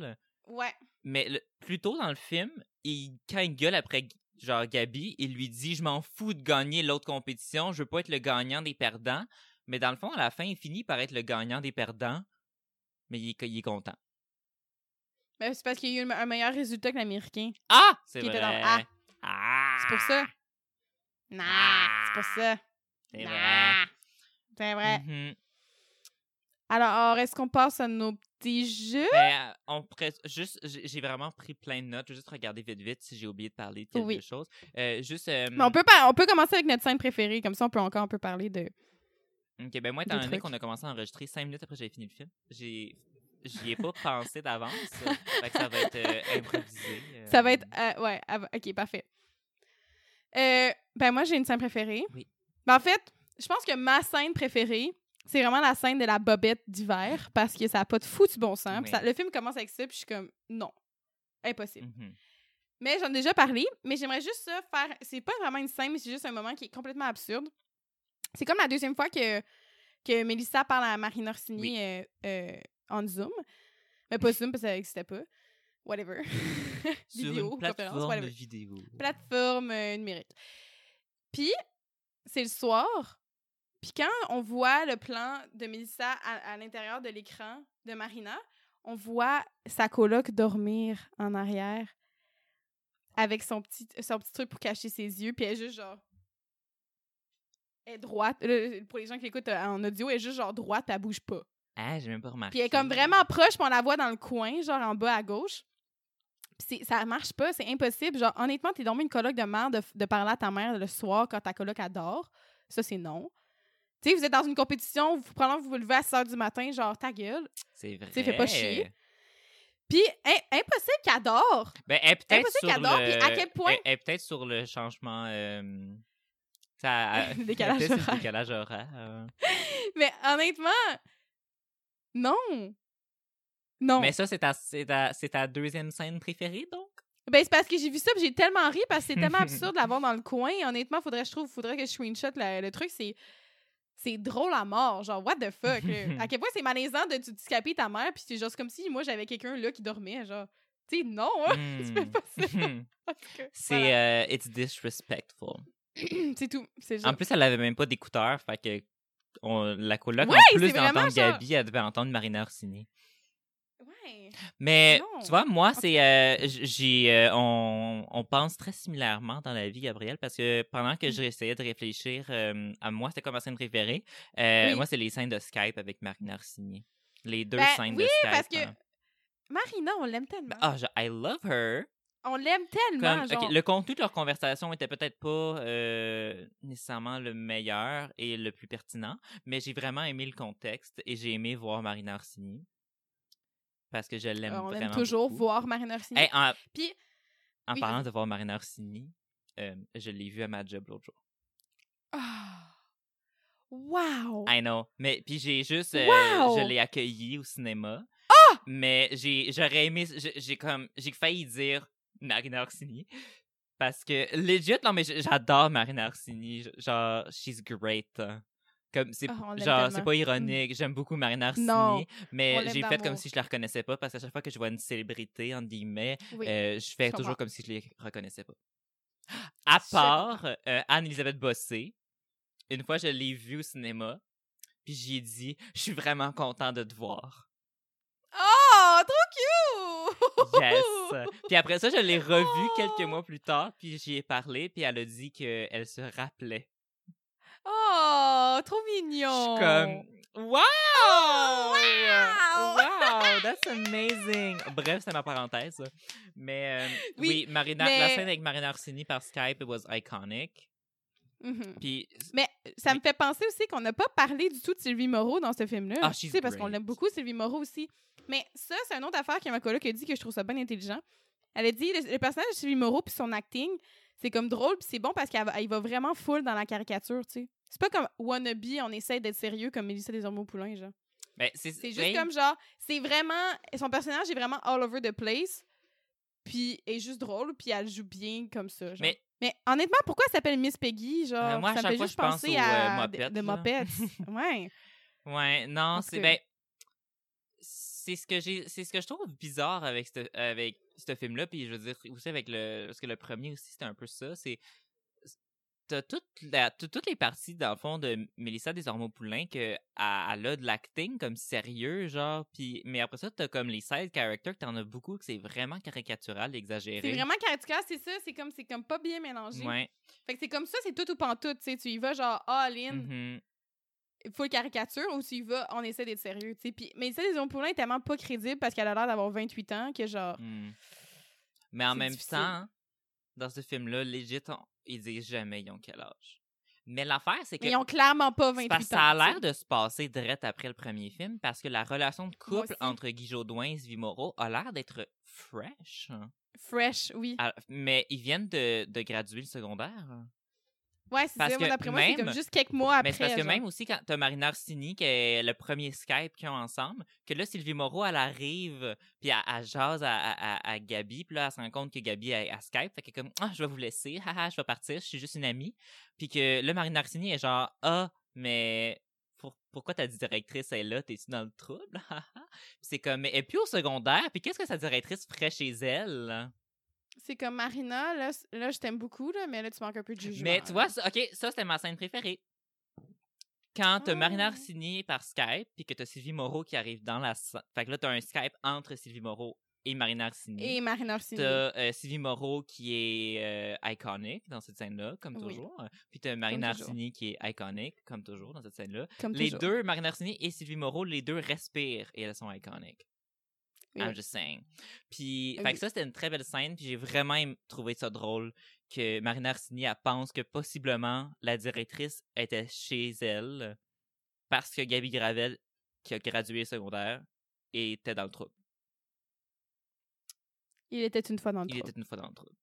Ouais. Mais plus tôt dans le film, quand il gueule après genre Gabi, il lui dit « Je m'en fous de gagner l'autre compétition, je veux pas être le gagnant des perdants. » Mais dans le fond, à la fin, il finit par être le gagnant des perdants, mais il est content. Mais c'est parce qu'il y a eu un meilleur résultat que l'Américain. Ah! C'est Qui vrai. était dans le A. Ah! C'est pour ça. Non, c'est pour ça. C'est Non. vrai. C'est vrai. Mhm. Alors, est-ce qu'on passe à nos petits jeux? Ben, j'ai vraiment pris plein de notes. Je vais juste regarder vite si j'ai oublié de parler de quelque chose. Mais on peut commencer avec notre scène préférée. Comme ça, on peut parler de... OK, ben moi, étant donné qu'on a commencé à enregistrer 5 minutes après que j'avais fini le film, j'y ai pas pensé d'avance. Fait que ça va être improvisé. Ça va être... ouais, OK, parfait. Ben moi, j'ai une scène préférée. Oui. Ben, en fait, je pense que ma scène préférée, c'est vraiment la scène de la bobette d'hiver parce que ça n'a pas de foutu bon sens. Oui. Le film commence avec ça, puis je suis comme, non, impossible. Mhm. Mais j'en ai déjà parlé, mais j'aimerais juste ça faire... C'est pas vraiment une scène, mais c'est juste un moment qui est complètement absurde. C'est comme la deuxième fois que Mélissa parle à Marina Orsini en Zoom. Mais pas Zoom parce que ça n'existait pas. Whatever. Sur Vidéo, une plateforme conférence, de vidéo. Plateforme numérique. Puis, c'est le soir. Puis quand on voit le plan de Mélissa à l'intérieur de l'écran de Marina, on voit sa coloc dormir en arrière avec son petit truc pour cacher ses yeux. Puis elle est juste genre... Elle est droite. Pour les gens qui l'écoutent en audio, elle est juste genre droite puis elle bouge pas. Ah, j'ai même pas remarqué. Puis elle est comme vraiment proche puis on la voit dans le coin, genre en bas à gauche. Puis ça marche pas, c'est impossible. Genre, honnêtement, t'es dormi une coloc de merde de parler à ta mère le soir quand ta coloc adore. Ça, c'est non. Tu sais, vous êtes dans une compétition, probablement vous vous levez à 6h du matin, genre, ta gueule. C'est vrai. Tu sais, fais pas chier. Puis, impossible qu'elle adore. Ben, elle est peut-être Impossible sur qu'elle adore, le... puis à quel point... Elle est peut-être sur le changement... Décalage peut-être sur le horaire. décalage horaire. Mais honnêtement, non. Non. Mais ça, c'est ta deuxième scène préférée, donc? Ben, c'est parce que j'ai vu ça, puis j'ai tellement ri, parce que c'est tellement absurde de l'avoir dans le coin. Honnêtement, faudrait que je screenshot le truc. C'est drôle à mort. Genre, what the fuck? Là. À quel point c'est malaisant de scapper ta mère, puis c'est juste comme si moi, j'avais quelqu'un là qui dormait. Genre, tu sais, non, hein? Tu fais pas ça. En tout cas, C'est... voilà. it's disrespectful. C'est tout. C'est En plus, elle avait même pas d'écouteurs, fait que la coloc, Ouais, en plus c'est vraiment d'entendre genre- Gabi, elle devait entendre Marina Orsini. Ouais. Mais, Non. tu vois, moi, c'est... on pense très similairement dans la vie, Gabrielle, parce que pendant que j'essayais de réfléchir à moi, c'était quoi ma scène préférée? Oui. Moi, c'est les scènes de Skype avec Marina Orsini. Les deux Ben, scènes oui, de Skype. parce que hein. Marina, on l'aime tellement. Ah, I love her. On l'aime tellement. Comme, genre... ok, le contenu de leur conversation était peut-être pas nécessairement le meilleur et le plus pertinent, mais j'ai vraiment aimé le contexte et j'ai aimé voir Marina Orsini parce que je l'aime on vraiment aime toujours beaucoup. voir Marina Orsini. Hey, en Puis, oui, parlant de voir Marina Orsini, je l'ai vue à ma job l'autre jour. ah. Wow! I know. Mais puis j'ai juste Wow! je l'ai accueillie au cinéma. Mais j'aurais aimé j'ai failli dire Marina Orsini parce que legit non mais j'adore Marina Orsini, genre she's great. Comme c'est on l'aime genre tellement. c'est pas ironique, j'aime beaucoup Marina Orsini, Non, on mais l'aime j'ai fait d'amour. comme si je la reconnaissais pas parce qu'à chaque fois que je vois une célébrité entre guillemets, Oui, je fais je comprends. toujours comme si je les reconnaissais pas. À part Anne-Elisabeth Bossé, une fois je l'ai vue au cinéma, puis j'y ai dit je suis vraiment content de te voir. Oh, trop cute! Yes! Puis après ça, je l'ai revue quelques mois plus tard, puis j'y ai parlé, puis elle a dit qu'elle se rappelait. Oh, trop mignon! Je suis comme, wow! Wow! Wow! That's amazing! Bref, c'est ma parenthèse. Mais oui, mais- la scène avec Marina Orsini par Skype, it was iconic. Mhm. Puis, Mais ça me fait penser aussi qu'on n'a pas parlé du tout de Sylvie Moreau dans ce film-là. Ah, Tu she's sais, parce qu'on great. l'aime beaucoup, Sylvie Moreau aussi. Mais ça, c'est une autre affaire que ma coloc a dit que je trouve ça bien intelligent. Elle a dit, le personnage de Sylvie Moreau puis son acting, c'est comme drôle puis c'est bon parce qu'il va vraiment full dans la caricature, tu sais. C'est pas comme Wannabe, on essaie d'être sérieux comme Mélissa Desormeaux-Poulain, genre. ben, C'est juste ben, comme genre, c'est vraiment, son personnage est vraiment all over the place, puis est juste drôle, puis elle joue bien comme ça, genre. Mais honnêtement, pourquoi elle s'appelle Miss Peggy, genre, moi, à ça me chaque fait fois, juste je pense penser aux, à Muppets, de là. Muppets. Ouais. Ouais, non, En tout c'est cas. ben c'est ce que je trouve bizarre avec ce film-là, puis je veux dire aussi avec parce que le premier aussi c'était un peu ça, c'est t'as toutes les parties dans le fond de Mélissa Desormeaux-Poulain que elle a de l'acting comme sérieux genre, puis mais après ça t'as comme les side characters que t'en as beaucoup que c'est vraiment caricatural, exagéré. C'est vraiment caricatural, c'est ça, c'est comme pas bien mélangé. Ouais. Fait que c'est comme ça, c'est tout ou pantoute, tu sais, tu y vas genre all-in. Full caricature, ou tu y vas, on essaie d'être sérieux, tu sais. Puis Mélissa Desormeaux-Poulain est tellement pas crédible parce qu'elle a l'air d'avoir 28 ans que genre... Mais en c'est même difficile. temps, dans ce film-là, legit, ils disent jamais ils ont quel âge. Mais l'affaire, c'est que... Mais ils ont clairement pas 28 ans. Parce que ça a l'air de se passer direct après le premier film, parce que la relation de couple entre Guy Jodoin et Sylvie Moreau a l'air d'être fresh. Fresh, oui. Mais ils viennent de graduer le secondaire. Ouais, c'est ça. Moi, d'après moi, c'est comme juste quelques mois après. Mais c'est parce que genre. même aussi, quand t'as Marina Orsini, qui est le premier Skype qu'ils ont ensemble, que là, Sylvie Moreau, elle arrive, puis elle jase à Gabi, puis là, elle se rend compte que Gabi a Skype, fait qu'elle est comme « Ah, je vais vous laisser, haha, je vais partir, je suis juste une amie. » Puis que là, Marina Orsini est genre « Ah, mais pourquoi ta directrice est là? T'es-tu dans le trouble? » Puis c'est comme « Mais elle est plus au secondaire, puis qu'est-ce que sa directrice ferait chez elle? » C'est comme Marina, là, je t'aime beaucoup, là, mais là, tu manques un peu de jugement. Mais tu vois, ça, c'était ma scène préférée. Quand t'as Marina Orsini par Skype, puis que t'as Sylvie Moreau qui arrive dans la... Fait que là, t'as un Skype entre Sylvie Moreau et Marina Orsini. Et Marina Orsini. T'as Sylvie Moreau qui est iconique dans cette scène-là, comme toujours. Puis t'as Marina Orsini qui est iconique, comme toujours, dans cette scène-là. Les deux, Marina Orsini et Sylvie Moreau, les deux respirent et elles sont iconiques. I'm just saying. Puis, fait que ça, c'était une très belle scène, puis j'ai vraiment trouvé ça drôle que Marina Orsini, elle pense que possiblement la directrice était chez elle parce que Gabi Gravel, qui a gradué secondaire, était dans le trouble. Il était une fois dans le trouble. Il était une fois dans le trouble.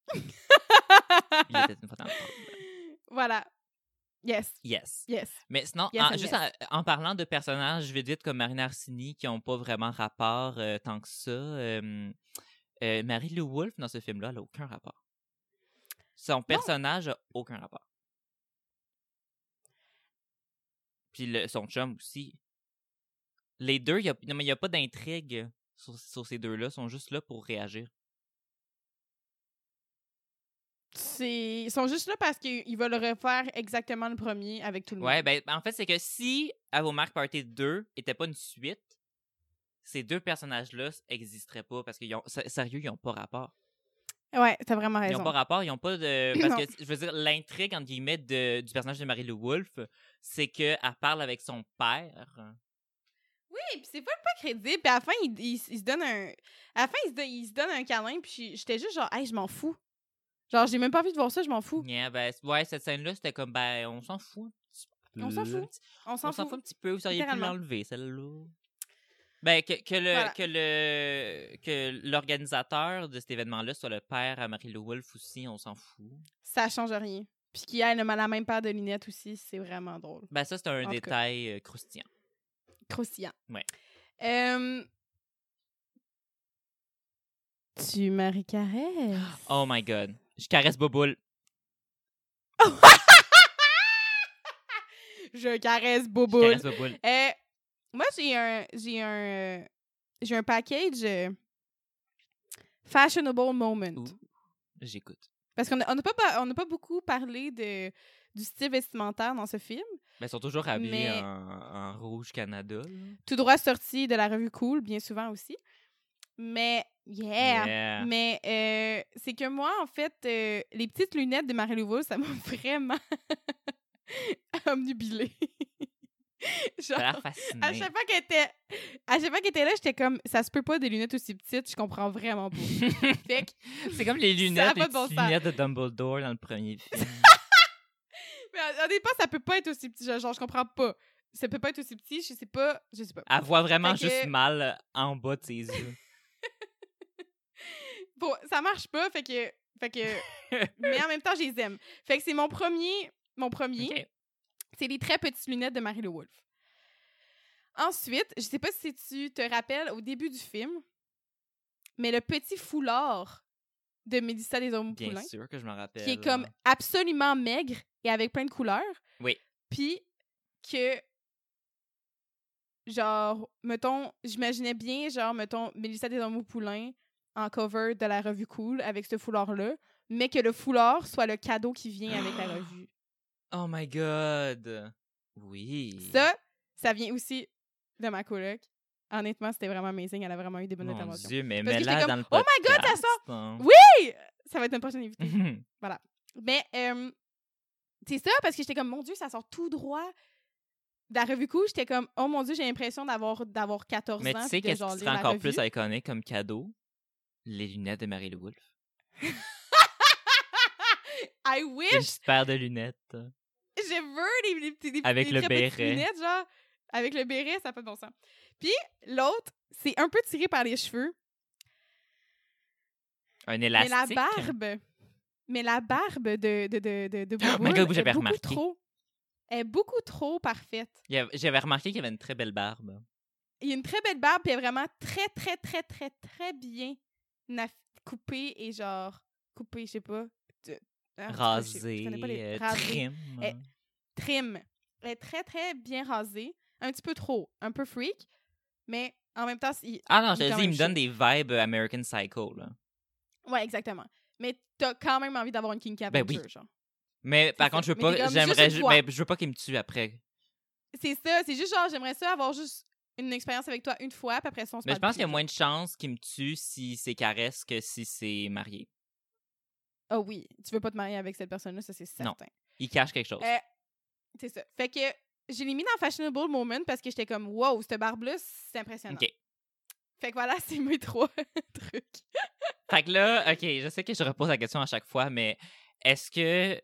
Il était une fois dans le trouble. Voilà. Yes. Mais sinon, juste en parlant de personnages vite comme Marina Orsini qui n'ont pas vraiment rapport tant que ça, Marie-Lou Wolfe dans ce film-là, elle n'a aucun rapport. Son personnage n'a aucun rapport. Puis son chum aussi. Les deux, il n'y a pas d'intrigue sur ces deux-là, ils sont juste là pour réagir. Ils sont juste là parce qu'ils veulent refaire exactement le premier avec tout le monde. Ouais, ben en fait, c'est que si Avomark Party 2 était pas une suite, ces deux personnages-là n'existeraient pas parce qu'ils sérieux, ils n'ont pas rapport. Ouais, t'as vraiment raison. Ils n'ont pas rapport, ils n'ont pas de... Parce que, je veux dire, l'intrigue, entre guillemets, du personnage de Marie-Lou Wolfe, c'est qu'elle parle avec son père. Oui, puis c'est pas crédible. Puis à la fin, il se donne un... À la fin, il se donne un câlin, puis j'étais juste genre, hey, je m'en fous. Genre, j'ai même pas envie de voir ça, je m'en fous. Yeah, ben, ouais, cette scène-là, c'était comme, ben, on s'en fout. On s'en fout. On s'en fout un petit peu. Vous auriez pu l'enlever, celle-là. Ben, que l'organisateur de cet événement-là soit le père à Marie-Lou Wolfe aussi, on s'en fout. Ça change rien. Puis qu'il ait la même paire de lunettes aussi, c'est vraiment drôle. Ben, ça, c'est un détail croustillant. Croustillant. Ouais. Tu Marie caresses. Oh my God. Je caresse Boboule. Je caresse Boboule. Je caresse Boboule. Moi, j'ai un package fashionable moment. Ouh, j'écoute. Parce qu'on n'a pas beaucoup parlé du style vestimentaire dans ce film. Mais ils sont toujours habillés en rouge Canada. Là. Tout droit sorti de la revue Cool, bien souvent aussi. Mais, mais c'est que moi, en fait, les petites lunettes de Marie-Lou Wolfe, ça m'a vraiment omnubilée. Genre, à chaque fois qu'elle était là, j'étais comme, ça se peut pas des lunettes aussi petites, je comprends vraiment pas. Fait que, c'est comme les lunettes, lunettes de Dumbledore dans le premier film. Mais honnêtement, ça peut pas être aussi petit, genre, je comprends pas. Ça peut pas être aussi petit, je sais pas. Elle voit vraiment juste mal en bas de ses yeux. Bon, ça marche pas, fait que mais en même temps, je les aime. Fait que c'est mon premier. Okay. C'est les très petites lunettes de Marie-Lou Wolfe. Ensuite, je sais pas si tu te rappelles au début du film, mais le petit foulard de Mélissa Desormeaux-Poulain. Bien sûr que je m'en rappelle. Qui est comme absolument maigre et avec plein de couleurs. Oui. Puis que genre, mettons, j'imaginais bien, genre, mettons, Mélissa Desormeaux-Poulain en cover de la revue Cool avec ce foulard-là, mais que le foulard soit le cadeau qui vient avec la revue. Oh my God! Oui. Ça vient aussi de ma coloc. Honnêtement, c'était vraiment amazing. Elle a vraiment eu des bonnes Mon interventions. Dieu, mais Parce que mets-la j'étais dans le comme, podcast. oh my God, ça sort! hein. Oui! Ça va être une prochaine invitée. Voilà. Mais c'est ça, parce que j'étais comme, mon Dieu, ça sort tout droit de la revue Cool. J'étais comme, oh mon Dieu, j'ai l'impression d'avoir 14 Mais ans. tu sais puis de qu'est-ce genre qui lire serait la encore revue. plus iconique comme cadeau? Les lunettes de Marie-Lou Wolfe. I Une wish! petite paire de lunettes. Je veux des Avec le très petites béret. lunettes, genre. Avec le béret, ça n'a pas de bon sens. Puis l'autre, c'est un peu tiré par les cheveux. Un Mais élastique. la barbe de Oh my Bouboule God, j'avais est beaucoup remarqué. trop... est beaucoup trop parfaite. J'avais remarqué qu'il y avait une très belle barbe. Il y a une très belle barbe, puis elle est vraiment très, très, très, très, très bien coupée et genre... Coupée, je sais pas. Rasée, je connais pas les... trim. Trim. Elle est très, très bien rasée. Un petit peu trop. Un peu freak. Mais en même temps, Ah non, je il est te quand dis, il même me donne chic. des vibes American Psycho, là. Ouais, exactement. Mais t'as quand même envie d'avoir une kinky Ben adventure, oui. genre. Mais par C'est contre, ça. je veux Mais pas, t'es comme, j'aimerais, juste une fois. mais je veux pas qu'il me tue après. C'est ça. C'est juste genre, j'aimerais ça avoir juste une expérience avec toi une fois, puis après ça, on se Mais je parle pense qu'il y a plus. moins de chances qu'il me tue si c'est caresse que si c'est marié. Ah oui, tu veux pas te marier avec cette personne-là, ça c'est certain. Non. Il cache quelque chose. C'est ça. Fait que je l'ai mis dans Fashionable Moment parce que j'étais comme, wow, cette barbe-là, c'est impressionnant. OK. Fait que voilà, c'est mes 3 trucs. Fait que là, OK, je sais que je repose la question à chaque fois, mais est-ce que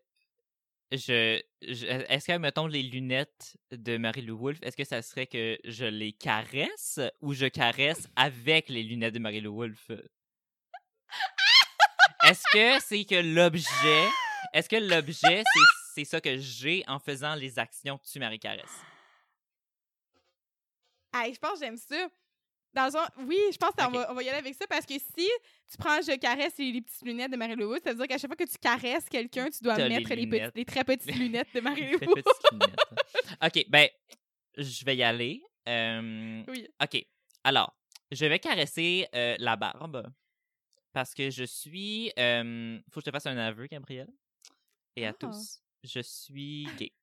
est-ce que, mettons, les lunettes de Marie-Lou Wolfe, est-ce que ça serait que je les caresse ou je caresse avec les lunettes de Marie-Lou Wolfe? Est-ce que c'est que l'objet... Est-ce que l'objet, c'est ça que j'ai en faisant les actions que tu Marie-Caresse? Hey, je pense que j'aime ça. Dans le genre, oui, je pense qu'on Ok. on va y aller avec ça parce que si tu prends je caresse les petites lunettes de Marie-Lou Wolfe, ça veut dire qu'à chaque fois que tu caresses quelqu'un, tu dois T'as les mettre lunettes. les très petites lunettes de Marie-Lou Très Wolfe. petites lunettes. OK, ben, je vais y aller. Oui. OK. Alors, je vais caresser la barbe parce que je suis... faut que je te fasse un aveu, Gabrielle. Et à Ah. tous, je suis gay.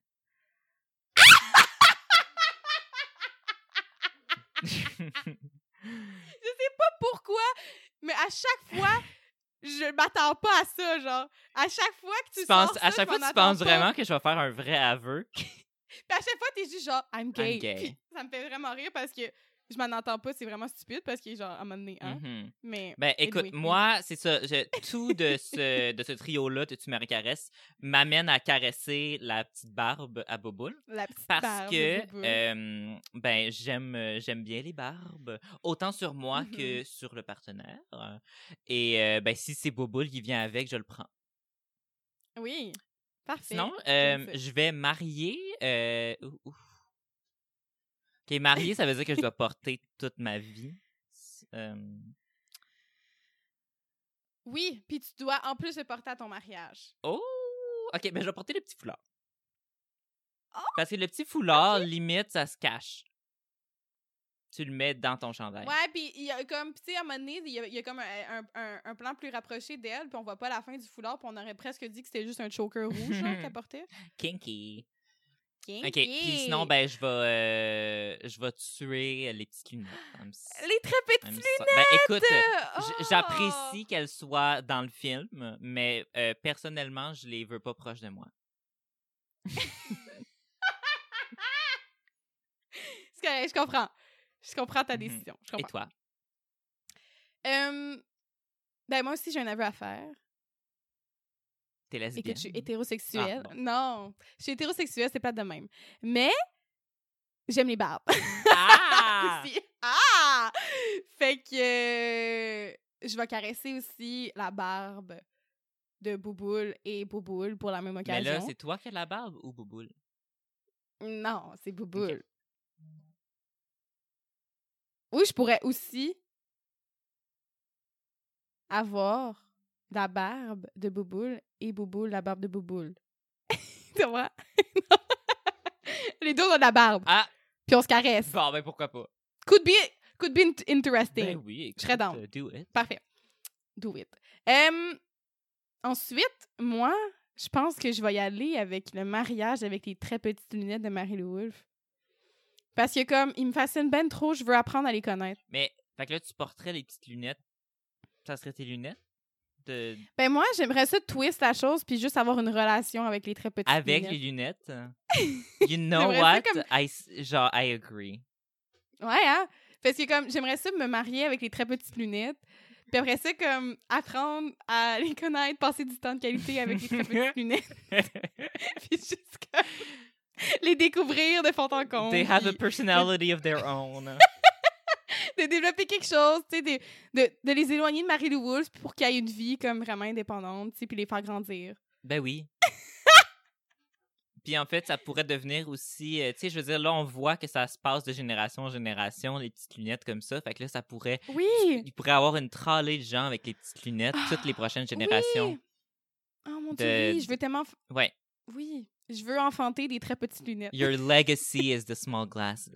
Je sais pas pourquoi, mais à chaque fois, je m'attends pas à ça, genre. À chaque fois que tu sors ça, À chaque je fois, m'en tu attends penses pas. vraiment que je vais faire un vrai aveu. Puis à chaque fois, t'es juste genre, I'm gay. I'm gay. Puis ça me fait vraiment rire parce que je m'en entends pas, c'est vraiment stupide parce que, genre, à un moment donné, hein. Mhm. Mais. Ben, écoute, anyway, moi, c'est ça. Tout de ce trio-là, de Tu Marie-Caresse, m'amène à caresser la petite barbe à Bouboule. la petite Parce barbe que, de Bouboule. ben, j'aime bien les barbes, autant sur moi Mhm. que sur le partenaire. Et, ben, si c'est Bouboule qui vient avec, je le prends. Oui. Parfait. Sinon, J'aime ça. je vais marier. OK, marier, ça veut dire que je dois porter toute ma vie. Oui, puis tu dois en plus le porter à ton mariage. Oh! OK, ben, je vais porter le petit foulard. Oh! Parce que le petit foulard, limite, ça se cache. Tu le mets dans ton chandail. Ouais, puis il y a comme, tu sais, à un moment donné, il y a comme un plan plus rapproché d'elle, puis on voit pas la fin du foulard, puis on aurait presque dit que c'était juste un choker rouge genre, qu'elle portait. Kinky. Kinky. OK, puis sinon, ben, je vais tuer les petites lunettes. Les très petites I'm lunettes! Ben, écoute, Oh! j'apprécie qu'elles soient dans le film, mais personnellement, je les veux pas proches de moi. C'est correct, je comprends. Je comprends ta Mhm. décision. Je Et comprends. toi? Ben, moi aussi, j'ai un aveu à faire. T'es lesbienne? Écoute, je suis hétérosexuelle. Ah, bon. Non, je suis hétérosexuelle, c'est pas de même. Mais, j'aime les barbes. Ah! Aussi. Ah! Fait que je vais caresser aussi la barbe de Bouboule et Bouboule pour la même Mais occasion. là, c'est toi qui as la barbe ou Bouboule? Non, c'est Bouboule. Oui, je pourrais aussi avoir la barbe de Bouboule et Bouboule la barbe de Bouboule. Tu vois? Les deux ont de la barbe. Ah! Puis on se caresse. Bon, ben pourquoi pas? Could be interesting. Ben oui, Je serais down. do it. Parfait. Do it. Ensuite, moi, je pense que je vais y aller avec le mariage avec les très petites lunettes de Marie-Lou Wolfe. Parce que comme, ils me fascinent ben trop, je veux apprendre à les connaître. Mais, fait que là, tu porterais les petites lunettes. Ça serait tes lunettes? Ben moi, j'aimerais ça twist la chose puis juste avoir une relation avec les très petites Avec lunettes. les lunettes? You know J'aimerais what? ça I agree. Ouais, hein? Parce que comme, j'aimerais ça me marier avec les très petites lunettes. Puis après ça, comme, apprendre à les connaître, passer du temps de qualité avec les très petites lunettes. Puis juste comme, les découvrir de fond en comble. They have a puis personality of their own. de développer quelque chose, tu sais, de les éloigner de Marie-Lou Wolfe pour qu'ils aient une vie comme vraiment indépendante, tu sais, puis les faire grandir. Ben oui. Puis en fait, ça pourrait devenir aussi, tu sais, je veux dire, là, on voit que ça se passe de génération en génération, les petites lunettes comme ça. Fait que là, ça pourrait... Oui! Il pourrait avoir une tralée de gens avec les petites lunettes, toutes les prochaines générations. Oui! Oh mon Dieu, oui, je veux tellement... Ouais. Oui, je veux enfanter des très petites lunettes. Your legacy is the small glasses.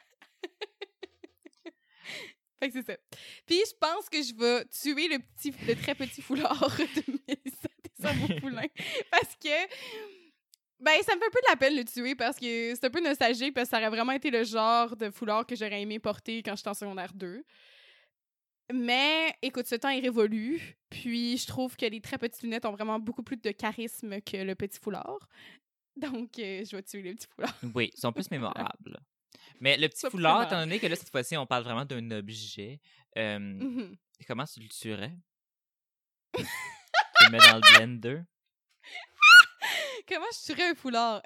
Fait que c'est ça. Puis je pense que je vais tuer le très petit foulard de Mélissa Desormeaux-Poulain. Parce que... Ben, ça me fait un peu de la peine de le tuer parce que c'est un peu nostalgique parce que ça aurait vraiment été le genre de foulard que j'aurais aimé porter quand j'étais en secondaire 2. Mais, écoute, ce temps est révolu. Puis, je trouve que les très petites lunettes ont vraiment beaucoup plus de charisme que le petit foulard. Donc, je vais tuer le petit foulard. Oui, ils sont plus mémorables. Mais le petit Pas foulard, plus étant donné que là, cette fois-ci, on parle vraiment d'un objet, comment tu le tuerais? Tu le mets dans le blender? Comment je tuerais un foulard?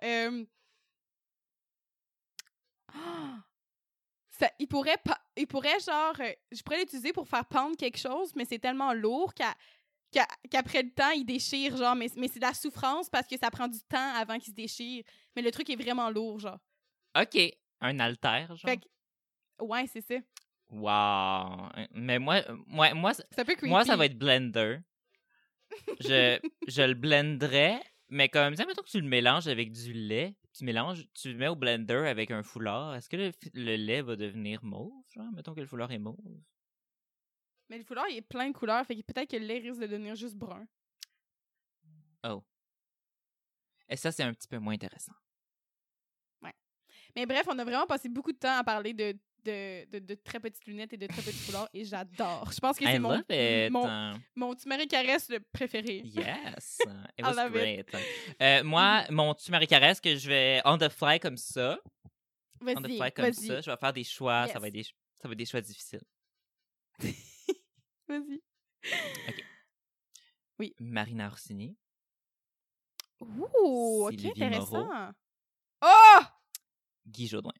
Il pourrait genre... je pourrais l'utiliser pour faire pendre quelque chose, mais c'est tellement lourd qu'après le temps, il déchire, genre. Mais c'est de la souffrance parce que ça prend du temps avant qu'il se déchire. Mais le truc est vraiment lourd, genre. OK. Un haltère, genre? Fait que... Ouais, c'est ça. Wow. Mais moi, C'est un peu creepy. moi, ça va être blender. Je le blenderais, mais comme, mettons que tu le mélanges avec du lait, tu le mets au blender avec un foulard, est-ce que le lait va devenir mauve, genre? Mettons que le foulard est mauve. Mais le foulard, il est plein de couleurs, fait que peut-être que le lait risque de devenir juste brun. Oh. Et ça, c'est un petit peu moins intéressant. Ouais. Mais bref, on a vraiment passé beaucoup de temps à parler de très petites lunettes et de très petits foulards, et j'adore. Je pense que c'est mon tu Marie caresse le préféré. Yes! It was love great. Moi, mon tu Marie caresse que je vais on the fly comme ça. On the fly comme ça. Je vais faire des choix. Yes. Ça va être des choix difficiles. Vas-y. OK. Oui. Marina Orsini. Ouh, OK, Sylvie intéressant. Moreau. Oh! Guy Jodoin.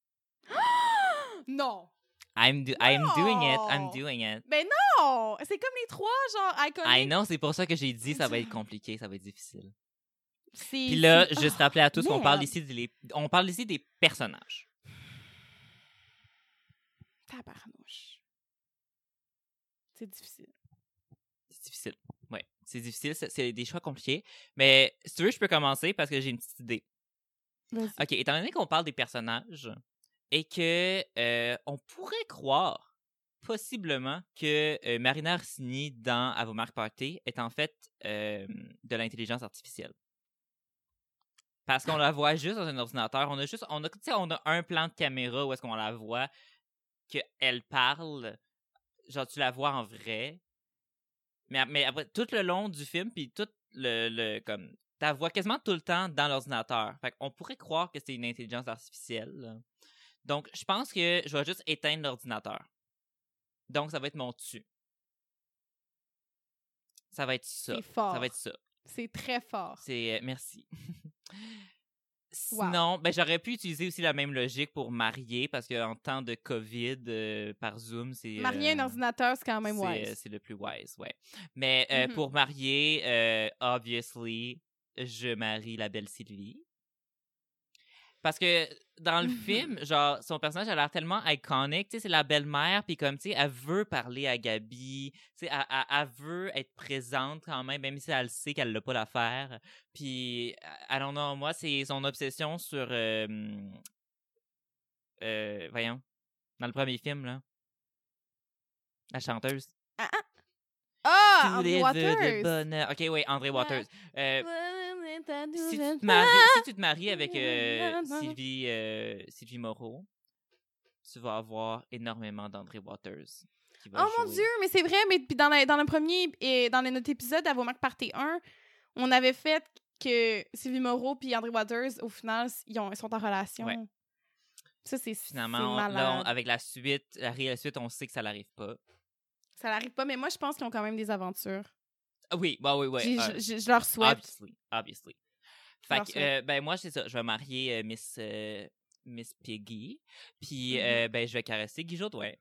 Non! I'm doing it. Ben non! C'est comme les trois, genre, iconiques. I know, c'est pour ça que j'ai dit ça va être compliqué, ça va être difficile. Puis Puis là, juste rappeler à tous qu'on parle merde. ici des personnages. Tabarnouche. C'est difficile. C'est difficile. Ouais, c'est difficile, c'est des choix compliqués. Mais si tu veux, je peux commencer parce que j'ai une petite idée. Vas-y. OK, étant donné qu'on parle des personnages et que on pourrait croire possiblement que Marina Orsini dans À vos marques party est en fait de l'intelligence artificielle. Parce qu'on la voit juste dans un ordinateur. On a un plan de caméra où est-ce qu'on la voit qu'elle parle. Genre, tu la vois en vrai. Mais après, tout le long du film, puis tout comme, t'as vois quasiment tout le temps dans l'ordinateur. Fait qu'on pourrait croire que c'est une intelligence artificielle. Donc, je pense que je vais juste éteindre l'ordinateur. Donc, ça va être mon tu. Ça va être ça. C'est fort. Ça va être ça. C'est très fort. Merci. Sinon, ben, j'aurais pu utiliser aussi la même logique pour marier, parce qu'en temps de COVID, par Zoom, c'est... Marier un ordinateur, c'est quand même wise. C'est le plus wise, ouais. Mais pour marier, obviously, je marie la belle Sylvie. Parce que dans le film, genre, son personnage a l'air tellement iconique, tu sais, c'est la belle-mère, puis comme, tu sais, elle veut parler à Gabi, tu sais, elle veut être présente quand même si elle sait qu'elle l'a pas l'affaire. Puis, I don't know, moi, c'est son obsession sur voyons, dans le premier film, là. La chanteuse. André Waters! Bonheur. OK, oui, André Waters. Si tu te maries avec Sylvie Moreau, tu vas avoir énormément d'André Waters qui va Oh mon jouer. Dieu, mais c'est vrai, mais puis dans le premier, et dans notre épisode à Vos Partie 1, on avait fait que Sylvie Moreau puis André Waters, au final, ils sont en relation. Ouais. Ça, c'est Finalement, malade. là, avec la réelle suite, on sait que ça n'arrive pas. Ça n'arrive pas, mais moi, je pense qu'ils ont quand même des aventures. Oui, bah oui. Je leur souhaite. Obviously. Fait que, ben moi, c'est ça. Je vais marier Miss Piggy. Puis, ben, je vais caresser Guy Jodoin.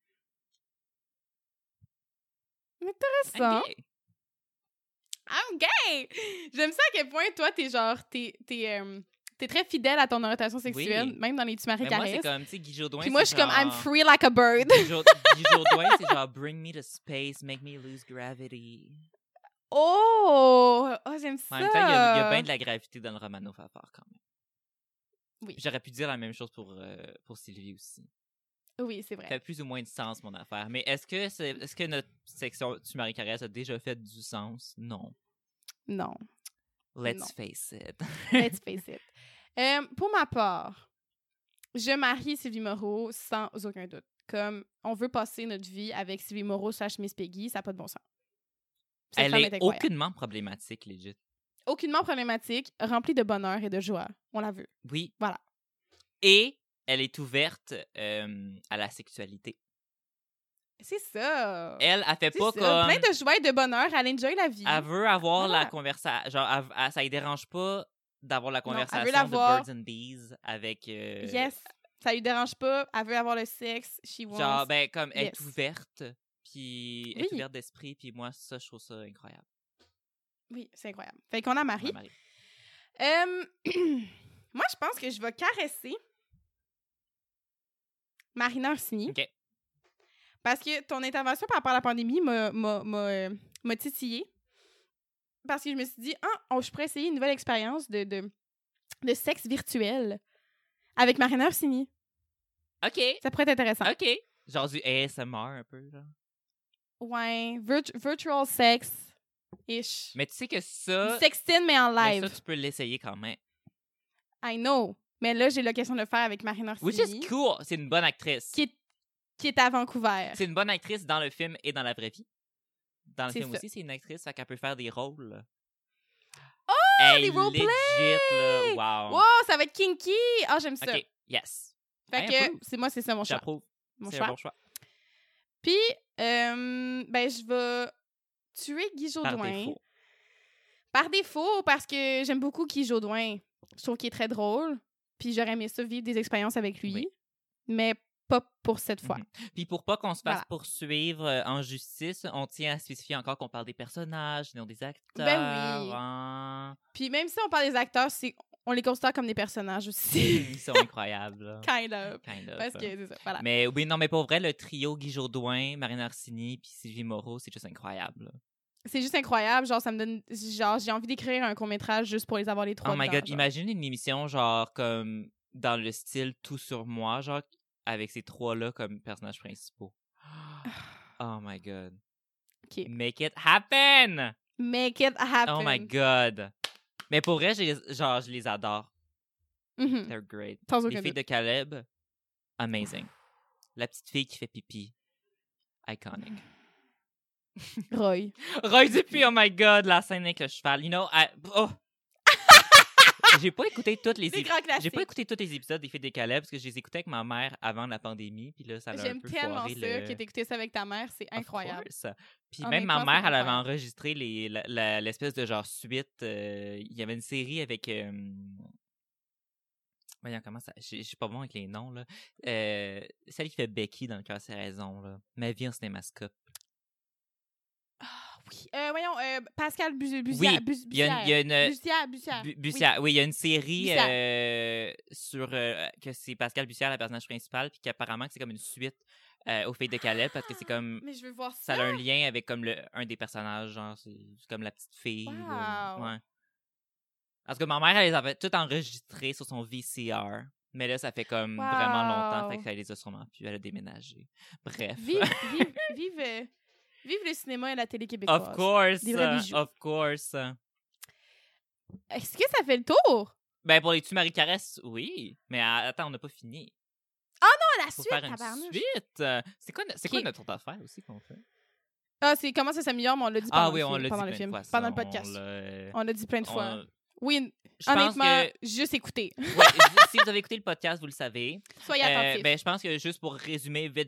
Intéressant. Okay. I'm gay! J'aime ça à quel point, toi, t'es genre... T'es très fidèle à ton orientation sexuelle, Oui. même dans les tu maries Ben moi, c'est caresses. comme, tu sais, Guy Jodoin, Puis moi, je suis comme, I'm genre... free like a bird. Guy Jodoin, c'est genre, bring me to space, make me lose gravity. Oh, j'aime ça. En même temps, il y a bien de la gravité dans le Romano Fafard, quand même. Oui. J'aurais pu dire la même chose pour Sylvie aussi. Oui, c'est vrai. Ça fait plus ou moins de sens, mon affaire. Mais est-ce que notre section Tu maries caresse a déjà fait du sens? Non. Non. Let's face it. Let's face it. Pour ma part, je marie Sylvie Moreau sans aucun doute. Comme, on veut passer notre vie avec Sylvie Moreau / Miss Piggy, ça n'a pas de bon sens. Cette Elle femme est incroyable. aucunement problématique, legit. Aucunement problématique, remplie de bonheur et de joie. On la veut. Oui. Voilà. Et elle est ouverte à la sexualité. C'est ça. Elle fait C'est pas ça. comme... Plein de joie et de bonheur, elle enjoy la vie. Elle veut avoir Voilà. la conversation. Genre, ça ne dérange pas d'avoir la conversation elle veut l'avoir. de Birds and Bees avec. Yes. Ça lui dérange pas. Elle veut avoir le sexe. She wants. Genre, ben, comme elle Yes. est ouverte. Puis elle est ouverte d'esprit. Puis moi, ça, je trouve ça incroyable. Oui, c'est incroyable. Fait qu'on a Marie. Ouais, Marie. Moi, je pense que je vais caresser Marina Orsini. OK. Parce que ton intervention par rapport à la pandémie m'a titillée. Parce que je me suis dit, je pourrais essayer une nouvelle expérience de sexe virtuel avec Marina Orsini. OK. Ça pourrait être intéressant. OK. Genre du ASMR un peu, là. Ouais, virtual sex-ish. Mais tu sais que ça. Du sexting, mais en Mais live. ça, tu peux l'essayer quand même. I know. Mais là, j'ai l'occasion de le faire avec Marina Orsini. Which is cool. C'est une bonne actrice. Qui est à Vancouver. C'est une bonne actrice dans le film et dans la vraie vie. Dans le C'est film ça. aussi, c'est une actrice, fait qu'elle peut faire des rôles. Oh, des legit, roleplays! là. Wow. Wow, ça va être kinky! Ah, j'aime ça. OK, yes. Fait I que approve. c'est ça mon choix. J'approuve. Mon C'est choix. un bon choix. Puis, ben, je vais tuer Guy Par Jodoin. défaut. Par défaut, parce que j'aime beaucoup Guy Jodoin. Je trouve qu'il est très drôle. Puis j'aurais aimé ça vivre des expériences avec lui. Oui. Mais pas pour cette fois. Puis pour pas qu'on se fasse Voilà. poursuivre en justice, on tient à spécifier encore qu'on parle des personnages, non des acteurs. Ben oui. hein. Puis même si on parle des acteurs, on les considère comme des personnages aussi. Ils sont incroyables. Là. Kind of. Kind of. Parce que c'est ça, voilà. Mais oui, non, mais pour vrai, le trio Guy Jodoin, Marina Orsini puis Sylvie Moreau, c'est juste incroyable. Là. C'est juste incroyable. Genre, ça me donne... Genre, j'ai envie d'écrire un court-métrage juste pour les avoir les trois Oh my dedans, God, genre. imagine une émission genre comme dans le style Tout sur moi, genre avec ces trois-là comme personnages principaux. Oh my God. OK. Make it happen! Make it happen. Oh my God. Mais pour vrai, je les adore. Mhm. They're great. Sans Les aucun filles doute. de Caleb, amazing. La petite fille qui fait pipi, iconic. Roy. Roy Dupuis, oh my God, la scène avec le cheval. You know, oh! J'ai pas écouté toutes les Des grands classiques. J'ai pas écouté tous les épisodes des Filles de Caleb parce que je les écoutais avec ma mère avant la pandémie, puis là ça a un J'aime peu tellement foiré ça le... que t'écoutais ça avec ta mère. C'est Of incroyable. course. Puis Honnêtement, même ma c'est mère, elle avait incroyable. enregistré l'espèce de genre suite. Il y avait une série avec. Voyons comment ça. Je suis pas bon avec les noms là. Celle qui fait Becky dans Le Cœur c'est raison là. Ma vie en cinémascope. Oui. Voyons, Pascal Oui, Bussière. il y a une Bussière. Bussière. Oui, il y a une série Bussière. sur que c'est Pascal Bussière, le personnage principal, puis qu'apparemment que c'est comme une suite aux Filles de Caleb parce que c'est comme Mais je veux voir ça ça. a un lien avec comme un des personnages, genre c'est comme la petite fille. là. Wow. Ouais. Parce que ma mère, elle les avait toutes enregistrées sur son VCR. Mais là, ça fait comme vraiment longtemps, fait qu'elle les a sûrement plus, elle a déménagé. Bref. Vive le cinéma et la télé québécoise. Of course! Des vrais bijoux. Of course! Est-ce que ça fait le tour? Ben, pour les Tu Marie Caresse, oui. Mais attends, on n'a pas fini. Oh, la Faut suite, faire une tabarnouche. suite! C'est quoi notre autre affaire aussi qu'on fait? Ah, c'est comment ça s'améliore, mais on l'a dit pendant on l'a pendant dit le film, plein de fois, pendant ça, le podcast. on On l'a dit plein de fois. l'a- Oui, Je pense honnêtement, que- juste écouter. Ouais, si vous avez écouté le podcast, vous le savez. Soyez attentifs. Ben, je pense que juste pour résumer vite.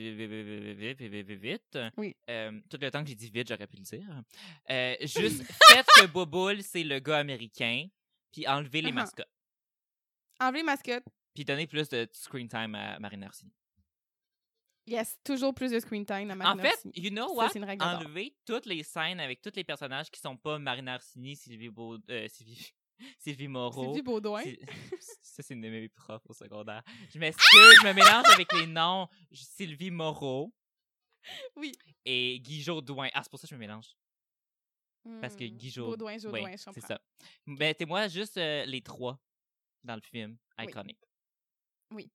Oui. Tout le temps que j'ai dit vite, j'aurais pu le dire. Juste, faites que Boboul, c'est le gars américain, puis enlevez les mascottes. Enlevez les mascottes. Puis donnez plus de screen time à Marina Orsini. Yes, toujours plus de screen time à En Marina fait, Orsini. you know Ça, what? c'est une règle d'or. Enlevez toutes les scènes avec tous les personnages qui sont pas Marina Orsini, Sylvie Moreau. Sylvie Baudouin. Ça, c'est une de mes profs au secondaire. Je m'excuse, je me mélange avec les noms. Sylvie Moreau. Oui. Et Guy Jodoin. Ah, c'est pour ça que je me mélange. Parce que Guy Baudouin, oui, je comprends. c'est ça. Mettez-moi juste les trois dans le film. Oui. Iconic. Oui.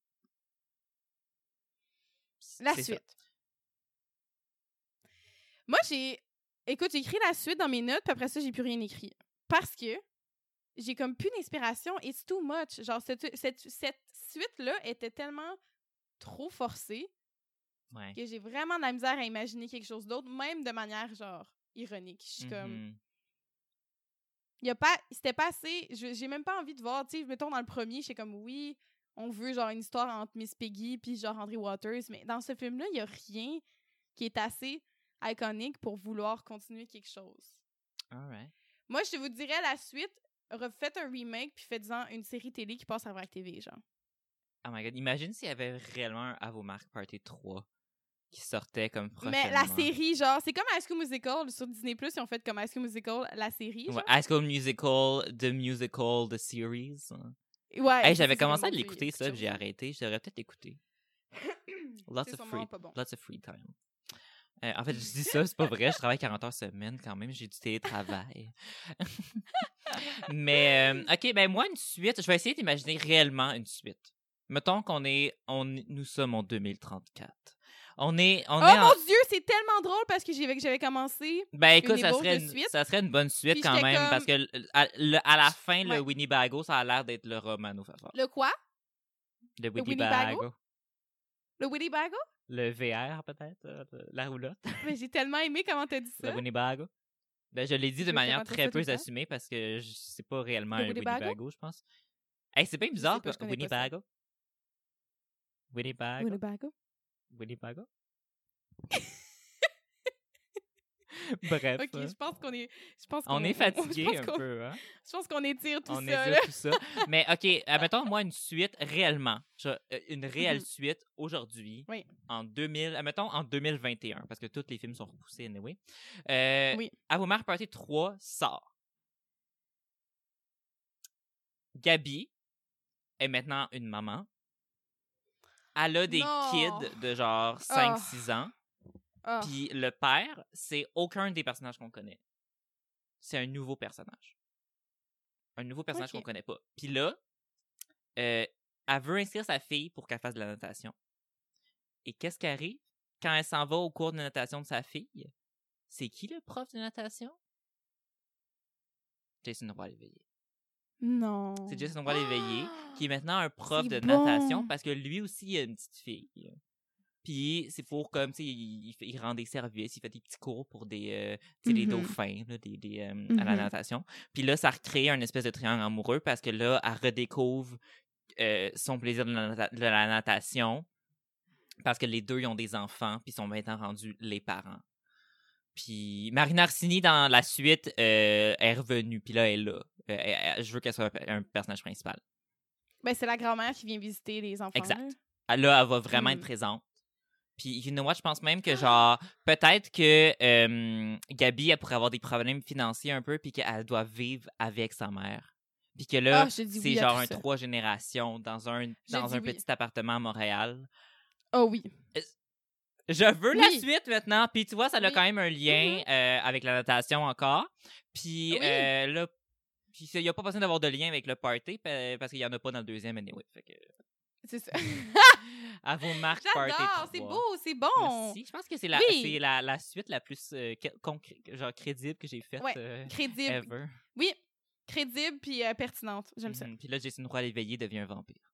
La C'est suite. ça. Moi, j'ai écrit la suite dans mes notes, puis après ça, j'ai plus rien écrit. Parce que j'ai comme plus d'inspiration. It's too much. Genre, cette suite-là était tellement trop forcée Ouais. que j'ai vraiment de la misère à imaginer quelque chose d'autre, même de manière, genre, ironique. Je suis comme... Mhm. C'était pas assez... J'ai même pas envie de voir, tu sais, mettons dans le premier, j'étais comme, oui, on veut, genre, une histoire entre Miss Piggy puis genre, André Waters, mais dans ce film-là, il y a rien qui est assez iconique pour vouloir continuer quelque chose. All right. Moi, je vous dirais la suite, refaites un remake puis faites-en une série télé qui passe à VRAC TV, genre. Oh my god, imagine s'il y avait réellement un À vos marques Party 3 qui sortait comme prochainement. Mais la série, genre, c'est comme High School Musical sur Disney+, ils ont fait comme High School Musical, la série, genre. Ouais, High School Musical, The Series. Ouais. Hey, ça, j'avais c'est commencé à vraiment l'écouter, quelque ça, puis j'ai chose. arrêté. Je devrais peut-être l'écouter. Lots C'est of sûrement pas bon. free time. En fait, je dis ça, c'est pas vrai. Je travaille 40 heures semaine quand même. J'ai du télétravail. Mais, OK, ben moi, une suite, je vais essayer d'imaginer réellement une suite. Mettons nous sommes en 2034. On est Oh en... mon Dieu, c'est tellement drôle parce que j'avais commencé. Ben écoute, ça ébauche serait de suite. ça serait une bonne suite Puis quand j'étais même, comme- parce que à la fin, Ouais. le Winnebago, ça a l'air d'être le Romano Fafard. Le quoi? Le Winnebago? Winnebago. Le Winnebago? Le VR, peut-être, la roulotte. Mais j'ai tellement aimé comment t'as dit Le ça. Winnebago. Ben, je l'ai dit Je de vais manière faire très ça peu tout le temps. assumée parce que c'est pas réellement Le un Winnebago? Winnebago, je pense. Hey, c'est bien bizarre, pas, je connais pas ça. Winnebago. Winnebago. Winnebago? Winnebago. Bref. Ok, je pense qu'on est. On est fatigué je un pense peu, hein? Je pense qu'on étire tout On ça, est là. tout ça. Mais OK, admettons, moi, une suite réellement. Une réelle suite aujourd'hui. Oui. Admettons, en 2021, parce que tous les films sont repoussés, anyway. Oui. À vos marques Party 3 sort. Gabi est maintenant une maman. Elle a des Non. kids de genre 5-6 ans. Ah. Puis le père, c'est aucun des personnages qu'on connaît. C'est un nouveau personnage. Un nouveau personnage Ok. qu'on connaît pas. Puis là, elle veut inscrire sa fille pour qu'elle fasse de la natation. Et qu'est-ce qui arrive quand elle s'en va au cours de natation de sa fille? C'est qui le prof de natation? Jason Roy-Léveillé. Non. C'est Jason Roy-Léveillé qui est maintenant un prof C'est de bon. natation parce que lui aussi il a une petite fille. Puis c'est pour comme tu sais il rend des services, il fait des petits cours pour des tu sais les Mhm. dauphins là, à la Mhm. natation. Puis là ça recrée un espèce de triangle amoureux parce que là elle redécouvre son plaisir de la natation parce que les deux ils ont des enfants puis sont maintenant rendus les parents. Puis Marina Orsini dans la suite est revenue puis là elle est là. Je veux qu'elle soit un personnage principal. Ben, c'est la grand-mère qui vient visiter les enfants. Exact. là. Là, elle va vraiment être présente. Puis, you know what, je pense même que, genre, peut-être que Gabi, elle pourrait avoir des problèmes financiers un peu, puis qu'elle doit vivre avec sa mère. Puis que là, Ah, je dis c'est oui à genre tout un ça. 3 générations dans un dis oui. petit appartement à Montréal. Oh oui. Je veux la Oui. suite maintenant. Puis tu vois, ça a Oui. quand même un lien avec la natation encore. Puis Oui. là, Puis il n'y a pas besoin d'avoir de lien avec le party parce qu'il n'y en a pas dans le deuxième anyway. Fait que... C'est ça. À vos marques party. J'adore, c'est beau, c'est bon. Merci. Je pense que c'est la suite la plus genre crédible que j'ai faite crédible. ever. Oui, crédible puis pertinente. J'aime ça. Puis là, Jason Roy l'éveillé devient un vampire.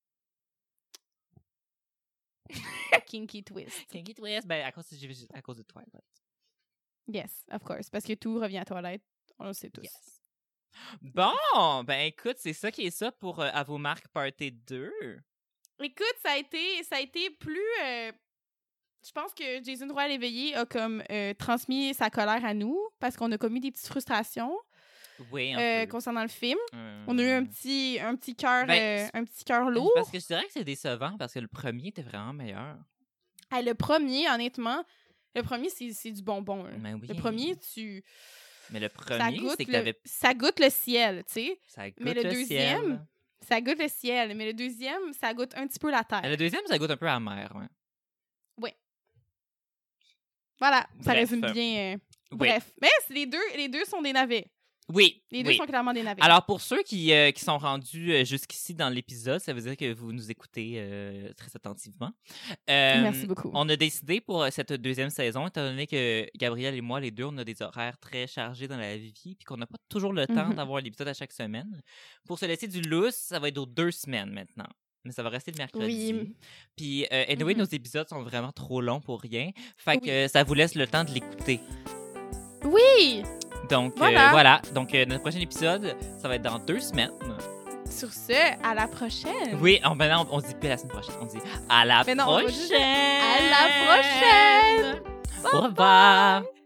Kinky twist. Kinky twist, ben à cause de Twilight. Yes, of course. Parce que tout revient à Twilight. On le sait tous. Yes. Bon, ben écoute, c'est ça qui est ça pour À vos marques Party 2. Écoute, ça a été plus... je pense que Jason Roy l'éveillé a comme transmis sa colère à nous parce qu'on a commis des petites frustrations concernant le film. On a eu un petit cœur lourd. Parce que je dirais que c'est décevant parce que le premier était vraiment meilleur. Le premier, honnêtement, c'est du bonbon. Ben oui. Le premier, Mais le premier, c'est que t'avais... Ça goûte le ciel, tu sais. Ça goûte mais le deuxième, ciel. Ça goûte le ciel. Mais le deuxième, ça goûte un petit peu la terre. Le deuxième, ça goûte un peu amer, ouais. Oui. Voilà, ça Bref. résume bien. Oui. Bref. Mais les deux sont des navets. Oui. Les deux sont clairement des navets. Alors, pour ceux qui sont rendus jusqu'ici dans l'épisode, ça veut dire que vous nous écoutez très attentivement. Merci beaucoup. On a décidé pour cette deuxième saison, étant donné que Gabrielle et moi, les deux, on a des horaires très chargés dans la vie puis qu'on n'a pas toujours le temps d'avoir l'épisode à chaque semaine. Pour se laisser du lousse, ça va être aux 2 semaines maintenant. Mais ça va rester le mercredi. Oui. Puis, anyway, nos épisodes sont vraiment trop longs pour rien. Fait que ça vous laisse le temps de l'écouter. Oui! Donc, voilà. Donc, notre prochain épisode, ça va être dans 2 semaines. Sur ce, à la prochaine. Oui, maintenant, on se dit plus la semaine prochaine. On dit à la prochaine. À la prochaine. Au revoir.